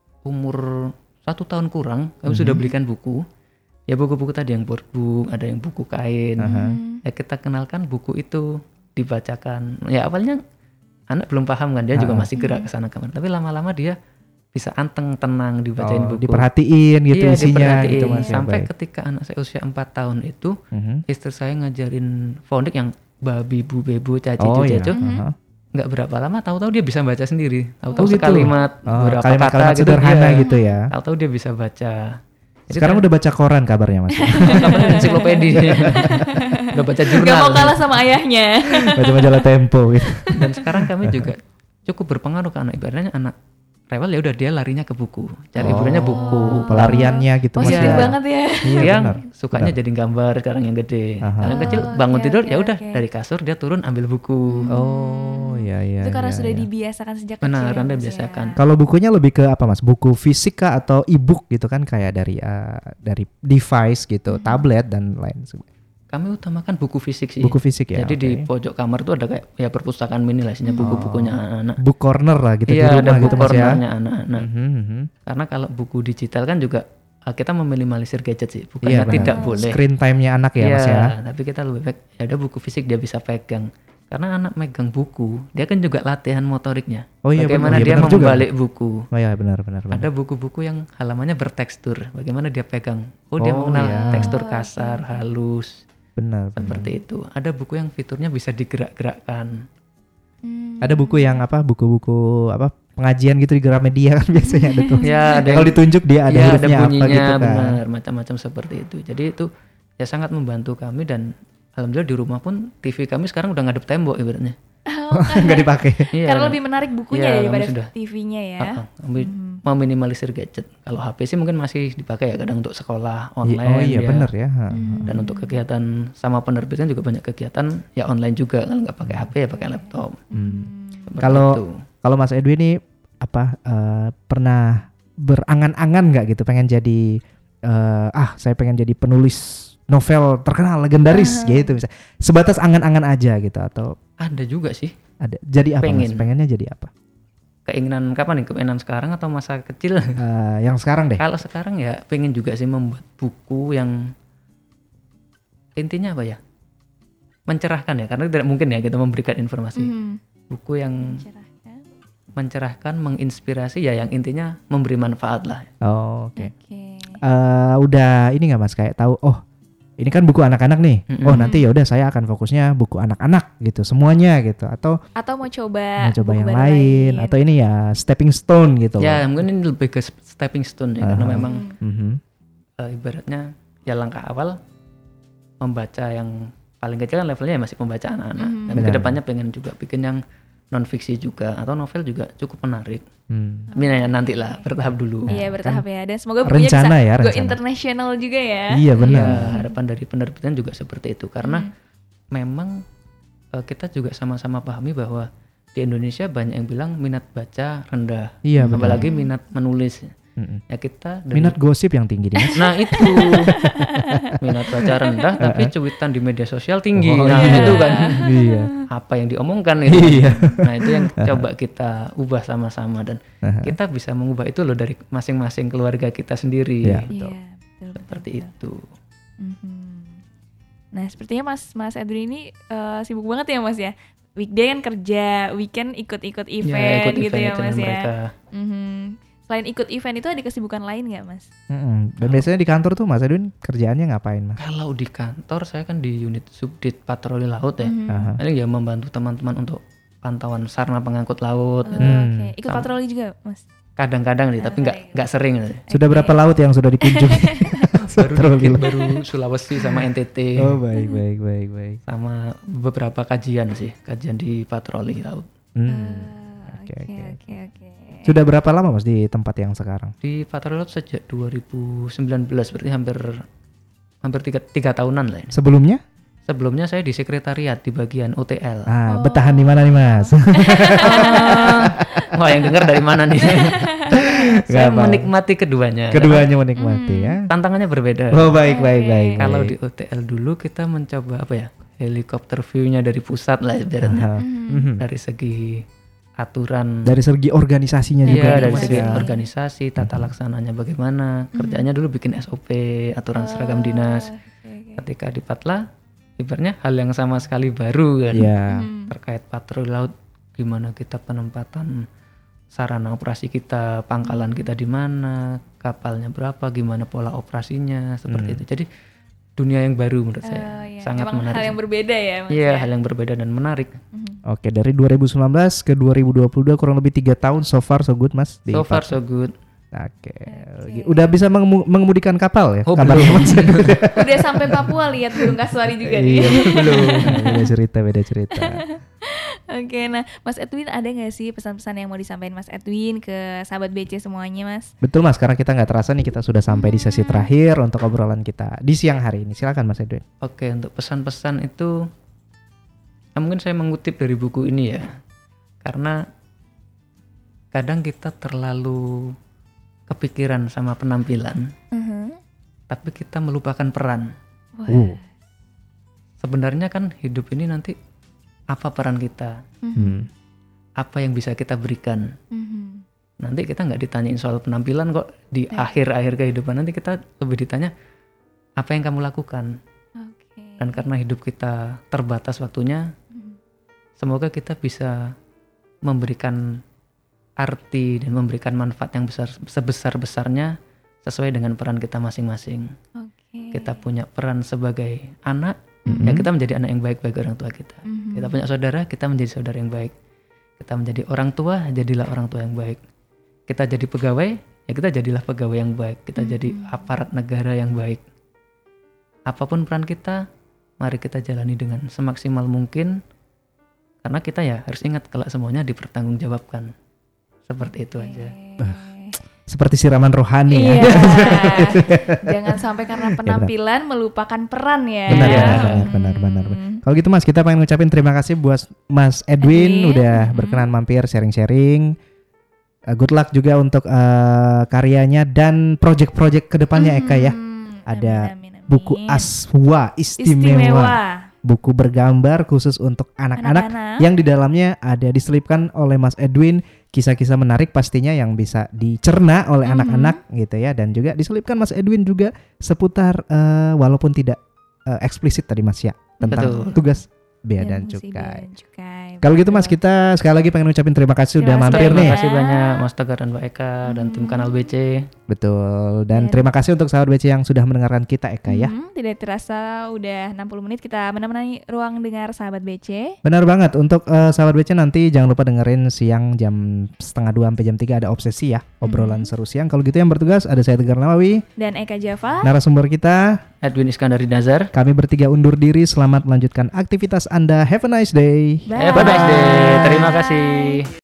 umur satu tahun kurang, kami Mhm. sudah belikan buku. Ya buku-buku tadi yang board book, ada yang buku kain. Aha. Ya kita kenalkan buku itu, dibacakan. Ya awalnya anak belum paham kan, dia juga Ah. masih gerak ke sana kemana. Tapi lama-lama dia bisa anteng, tenang dibacain Oh, buku. diperhatiin gitu Iya, isinya diperhatiin. gitu Mas. Ya, Sampai baik. ketika anak saya usia empat tahun itu, Mhm. istri saya ngajarin fonik yang babi, bu, bebu, caci, Oh, cu, iya. cacu. Aha. Nggak berapa lama, tahu-tahu dia bisa baca sendiri. Tahu-tahu Oh, gitu. sekalimat, Oh, beberapa kalimat-kalimat kata gitu. sederhana iya. gitu ya. Tahu-tahu dia bisa baca. Jadi Sekarang kan- udah baca koran kabarnya Mas. Kabarnya ensiklopedia. Udah baca jurnal. Gak mau kalah sama ayahnya. Baca majalah Tempo gitu. Dan sekarang kami juga cukup berpengaruh ke anak. Ibaratnya anak rewel ya udah dia larinya ke buku. Cari hiburannya buku. Pelariannya gitu Mas. Positif ya. banget ya. Iya, yang benar. sukanya Benar. jadi gambar, sekarang yang gede. Aha. Yang kecil Oh, bangun oke, tidur oke, ya udah oke. dari kasur dia turun ambil buku. Oh, iya iya. Itu karena iya, sudah iya. dibiasakan sejak Benar, kecil. ya, Anda Mas, biasakan. ya. Kalau bukunya lebih ke apa Mas? Buku fisik kah atau e-book gitu kan, kayak dari uh, dari device gitu, Mhm. tablet dan lain sebagainya. Kami utamakan buku fisik sih. Buku fisik ya. Jadi di oke. pojok kamar tuh ada kayak ya perpustakaan mini lah, isinya buku-bukunya anak-anak. Book corner lah gitu Iya, di ada rumah book gitu Mas ya. cornernya anak-anak. Mhm, mhm. Karena kalau buku digital kan juga uh, kita meminimalisir gadget sih, Iya, bukannya benar. tidak boleh. Screen time-nya anak ya Mas ya. Tapi kita lebih baik ya ada buku fisik dia bisa pegang. Karena anak megang buku, dia kan juga latihan motoriknya. Oh iya, Bagaimana benar. Iya, dia benar juga. membalik buku. Oh iya benar benar benar. Ada buku-buku yang halamannya bertekstur. Bagaimana dia pegang? Oh, dia Oh, mengenal iya. tekstur kasar, halus. Benar. benar. Seperti itu. Ada buku yang fiturnya bisa digerak-gerakkan. Ada buku yang apa? Buku-buku apa? Pengajian gitu di Gramedia kan biasanya ada tuh. Ya, ada Kalau yang- ditunjuk dia ada ya, hurufnya ada apa bunyinya, gitu kan. benar, macam-macam seperti itu. Jadi itu ya sangat membantu kami dan alhamdulillah di rumah pun T V kami sekarang udah ngadep tembok ibaratnya. Nggak dipakai. Iya. Karena lebih menarik bukunya Iya, daripada kami sudah. T V-nya ya. Uh-uh, kami meminimalisir gadget. Kalau H P sih mungkin masih dipakai ya kadang untuk sekolah Iya, online. oh iya, benar ya. Ha, Dan untuk kegiatan sama penerbitan juga banyak kegiatan ya online juga, kalau nggak pakai H P ya pakai laptop. Hmm. Seperti itu. Kalau kalau Mas Edwin ini apa eh, pernah berangan-angan nggak gitu pengen jadi eh, ah saya pengen jadi penulis novel terkenal legendaris gitu misalnya. Sebatas angan-angan aja gitu atau ada juga sih. ada. Jadi apa Pengen. Mas? Pengennya jadi apa? Keinginan kapan nih? Keinginan sekarang atau masa kecil? Eh, yang sekarang deh. Kalau sekarang ya pengen juga sih membuat buku yang intinya apa ya? Mencerahkan ya, karena tidak mungkin ya kita memberikan informasi. Mhm. Buku yang Mencerahkan. mencerahkan, menginspirasi ya, yang intinya memberi manfaat lah. Oh, oke. Eh, udah ini nggak Mas kayak tahu oh ini kan buku anak-anak nih. Mm-mm. Oh nanti ya udah saya akan fokusnya buku anak-anak gitu semuanya gitu atau Atau mau coba mau coba buku yang baru lain atau ini ya stepping stone gitu. Ya loh. mungkin ini lebih ke stepping stone ya, karena Aha. memang Mhm. eh, ibaratnya ya langkah awal membaca yang paling kecil kan levelnya ya masih pembaca anak-anak. Mhm. Dan Benar. kedepannya pengen juga bikin yang non fiksi juga atau novel juga cukup menarik. Hmm. Tapi ya nanti lah bertahap dulu. Iya bertahap ya, dan semoga rencana bukunya bisa ya, go rencana. international juga ya. Iya benar. Ya, harapan dari penerbitan juga seperti itu karena Hmm. memang eh, kita juga sama-sama pahami bahwa di Indonesia banyak yang bilang minat baca rendah. Iya, benar. Apalagi minat menulis. Mm-mm. Ya kita dari- Minat gosip yang tinggi nih Mas. Nah itu minat baca rendah tapi cuitan di media sosial tinggi. Oh, Nah iya. itu kan Iya. apa yang diomongkan itu. Iya. Nah itu yang coba kita ubah sama-sama dan Aha. kita bisa mengubah itu loh dari masing-masing keluarga kita sendiri. Iya. Gitu. Iya, betul, Seperti itu. Mhm. Nah sepertinya Mas Mas Edwin ini eh, sibuk banget ya Mas ya. Weekday kan kerja, weekend ikut-ikut event ikut gitu event ya Mas dengan ya. mereka. Mhm. Selain ikut event itu ada kesibukan lain nggak Mas? Mm-mm. Dan biasanya di kantor tuh Mas Edwin kerjaannya ngapain Mas? Kalau di kantor saya kan di unit subdit patroli laut ya. Mhm. Aha. Paling ya membantu teman-teman untuk pantauan sarana pengangkut laut. Oh, gitu. Oke, ikut Sama- patroli juga Mas? Kadang-kadang nih, tapi nggak nggak sering. Sudah berapa laut yang sudah dikunjungi? baru Patroli dikit, laut. baru Sulawesi sama N T T. Oh baik baik baik baik. Sama beberapa kajian sih, kajian di patroli laut. Hmm. Oke Oke oke. oke oke. Sudah berapa lama Mas di tempat yang sekarang? Di patroli laut sejak dua ribu sembilan belas, berarti hampir hampir tiga, tiga tahunan lah ini. Sebelumnya? Sebelumnya saya di sekretariat di bagian O T L. Ah, bertahan di mana nih Mas? Wah yang dengar dari mana nih? Nggak Saya apa-apa. menikmati keduanya. Keduanya menikmati ya. Tantangannya berbeda. Oh baik baik baik. Kalau baik. di O T L dulu kita mencoba apa ya? Helikopter view-nya dari pusat lah ibaratnya. Aha. Mhm. Dari segi aturan. Dari segi organisasinya Iya, juga nih, dari Mas, segi ya. organisasi, tata laksananya bagaimana. Kerjanya dulu bikin S O P, aturan seragam dinas. Ketika di Patla, ibaratnya hal yang sama sekali baru kan. Iya. Terkait patroli laut, gimana kita penempatan sarana operasi kita, pangkalan kita di mana, kapalnya berapa, gimana pola operasinya, seperti Hmm. itu. Jadi dunia yang baru menurut Oh, saya. iya. Sangat Emang menarik. hal yang berbeda ya Mas Iya, ya? hal yang berbeda dan menarik. Oke, dari dua ribu sembilan belas ke dua ribu dua puluh dua kurang lebih tiga tahun, so far so good Mas. di So far Patla. so good. Oke. Udah bisa mengemu- mengemudikan kapal ya? Oh, Kabarnya, belum. Mas? Udah sampai Papua lihat burung kasuari juga nih. Iya, belum. Beda cerita, beda cerita. Oke, nah Mas Edwin ada nggak sih pesan-pesan yang mau disampaikan Mas Edwin ke sahabat B C semuanya Mas? Betul Mas, karena kita nggak terasa nih kita sudah sampai di sesi terakhir untuk obrolan kita di siang hari ini. Silakan Mas Edwin. Oke, untuk pesan-pesan itu nah, mungkin saya mengutip dari buku ini ya. Karena kadang kita terlalu kepikiran sama penampilan, Mhm. tapi kita melupakan peran. Wah. Uh. Sebenarnya kan hidup ini nanti apa peran kita? Hmm. Apa yang bisa kita berikan? Mhm. Nanti kita nggak ditanyain soal penampilan kok di akhir-akhir kehidupan. Nanti kita lebih ditanya apa yang kamu lakukan. Dan karena hidup kita terbatas waktunya, semoga kita bisa memberikan arti dan memberikan manfaat yang besar sebesar-besarnya sesuai dengan peran kita masing-masing. Oke. Kita punya peran sebagai anak, Mhm. ya kita menjadi anak yang baik bagi orang tua kita. Mhm. Kita punya saudara, kita menjadi saudara yang baik. Kita menjadi orang tua, jadilah orang tua yang baik. Kita jadi pegawai, ya kita jadilah pegawai yang baik. Kita jadi aparat negara yang baik. Apapun peran kita, mari kita jalani dengan semaksimal mungkin. Karena kita ya harus ingat kalau semuanya dipertanggungjawabkan. Seperti itu aja. Seperti siraman rohani Iya. ya. Jangan sampai karena penampilan melupakan peran ya. Benar, benar, benar, benar, benar, benar. Kalau gitu Mas, kita pengen ngucapin terima kasih buat Mas Edwin, Edwin, udah berkenan mampir sharing-sharing. Uh, good luck juga untuk uh, karyanya dan project-project kedepannya Eka ya. Ada buku Aswa Istimewa. Istimewa. Buku bergambar khusus untuk anak-anak Anak-anak. yang di dalamnya ada diselipkan oleh Mas Edwin kisah-kisah menarik pastinya yang bisa dicerna oleh Mhm. anak-anak gitu ya, dan juga diselipkan Mas Edwin juga seputar uh, walaupun tidak uh, eksplisit tadi Mas ya tentang Betul. tugas Bea Dan dan fungsi Cukai. Bea dan Cukai. Kalau gitu Mas, kita sekali lagi pengen ucapin terima kasih udah Terima mampir kasih nih. Terima kasih banyak Mas Tegar dan Mbak Eka dan tim Kanal B C. Betul. Dan Dan- terima kasih untuk sahabat B C yang sudah mendengarkan kita Eka ya. Hmm, tidak terasa udah enam puluh menit kita menemani ruang dengar sahabat B C. Benar banget. Untuk uh, sahabat B C nanti jangan lupa dengerin siang jam setengah dua sampai jam tiga ada obsesi ya, obrolan seru siang. Kalau gitu yang bertugas ada saya Tegar Nawawi, Dan Eka Java. narasumber kita Edwin Iskandari Nazar. Kami bertiga undur diri. Selamat melanjutkan aktivitas Anda. Have a nice day. Bye. Have a nice day. Terima kasih.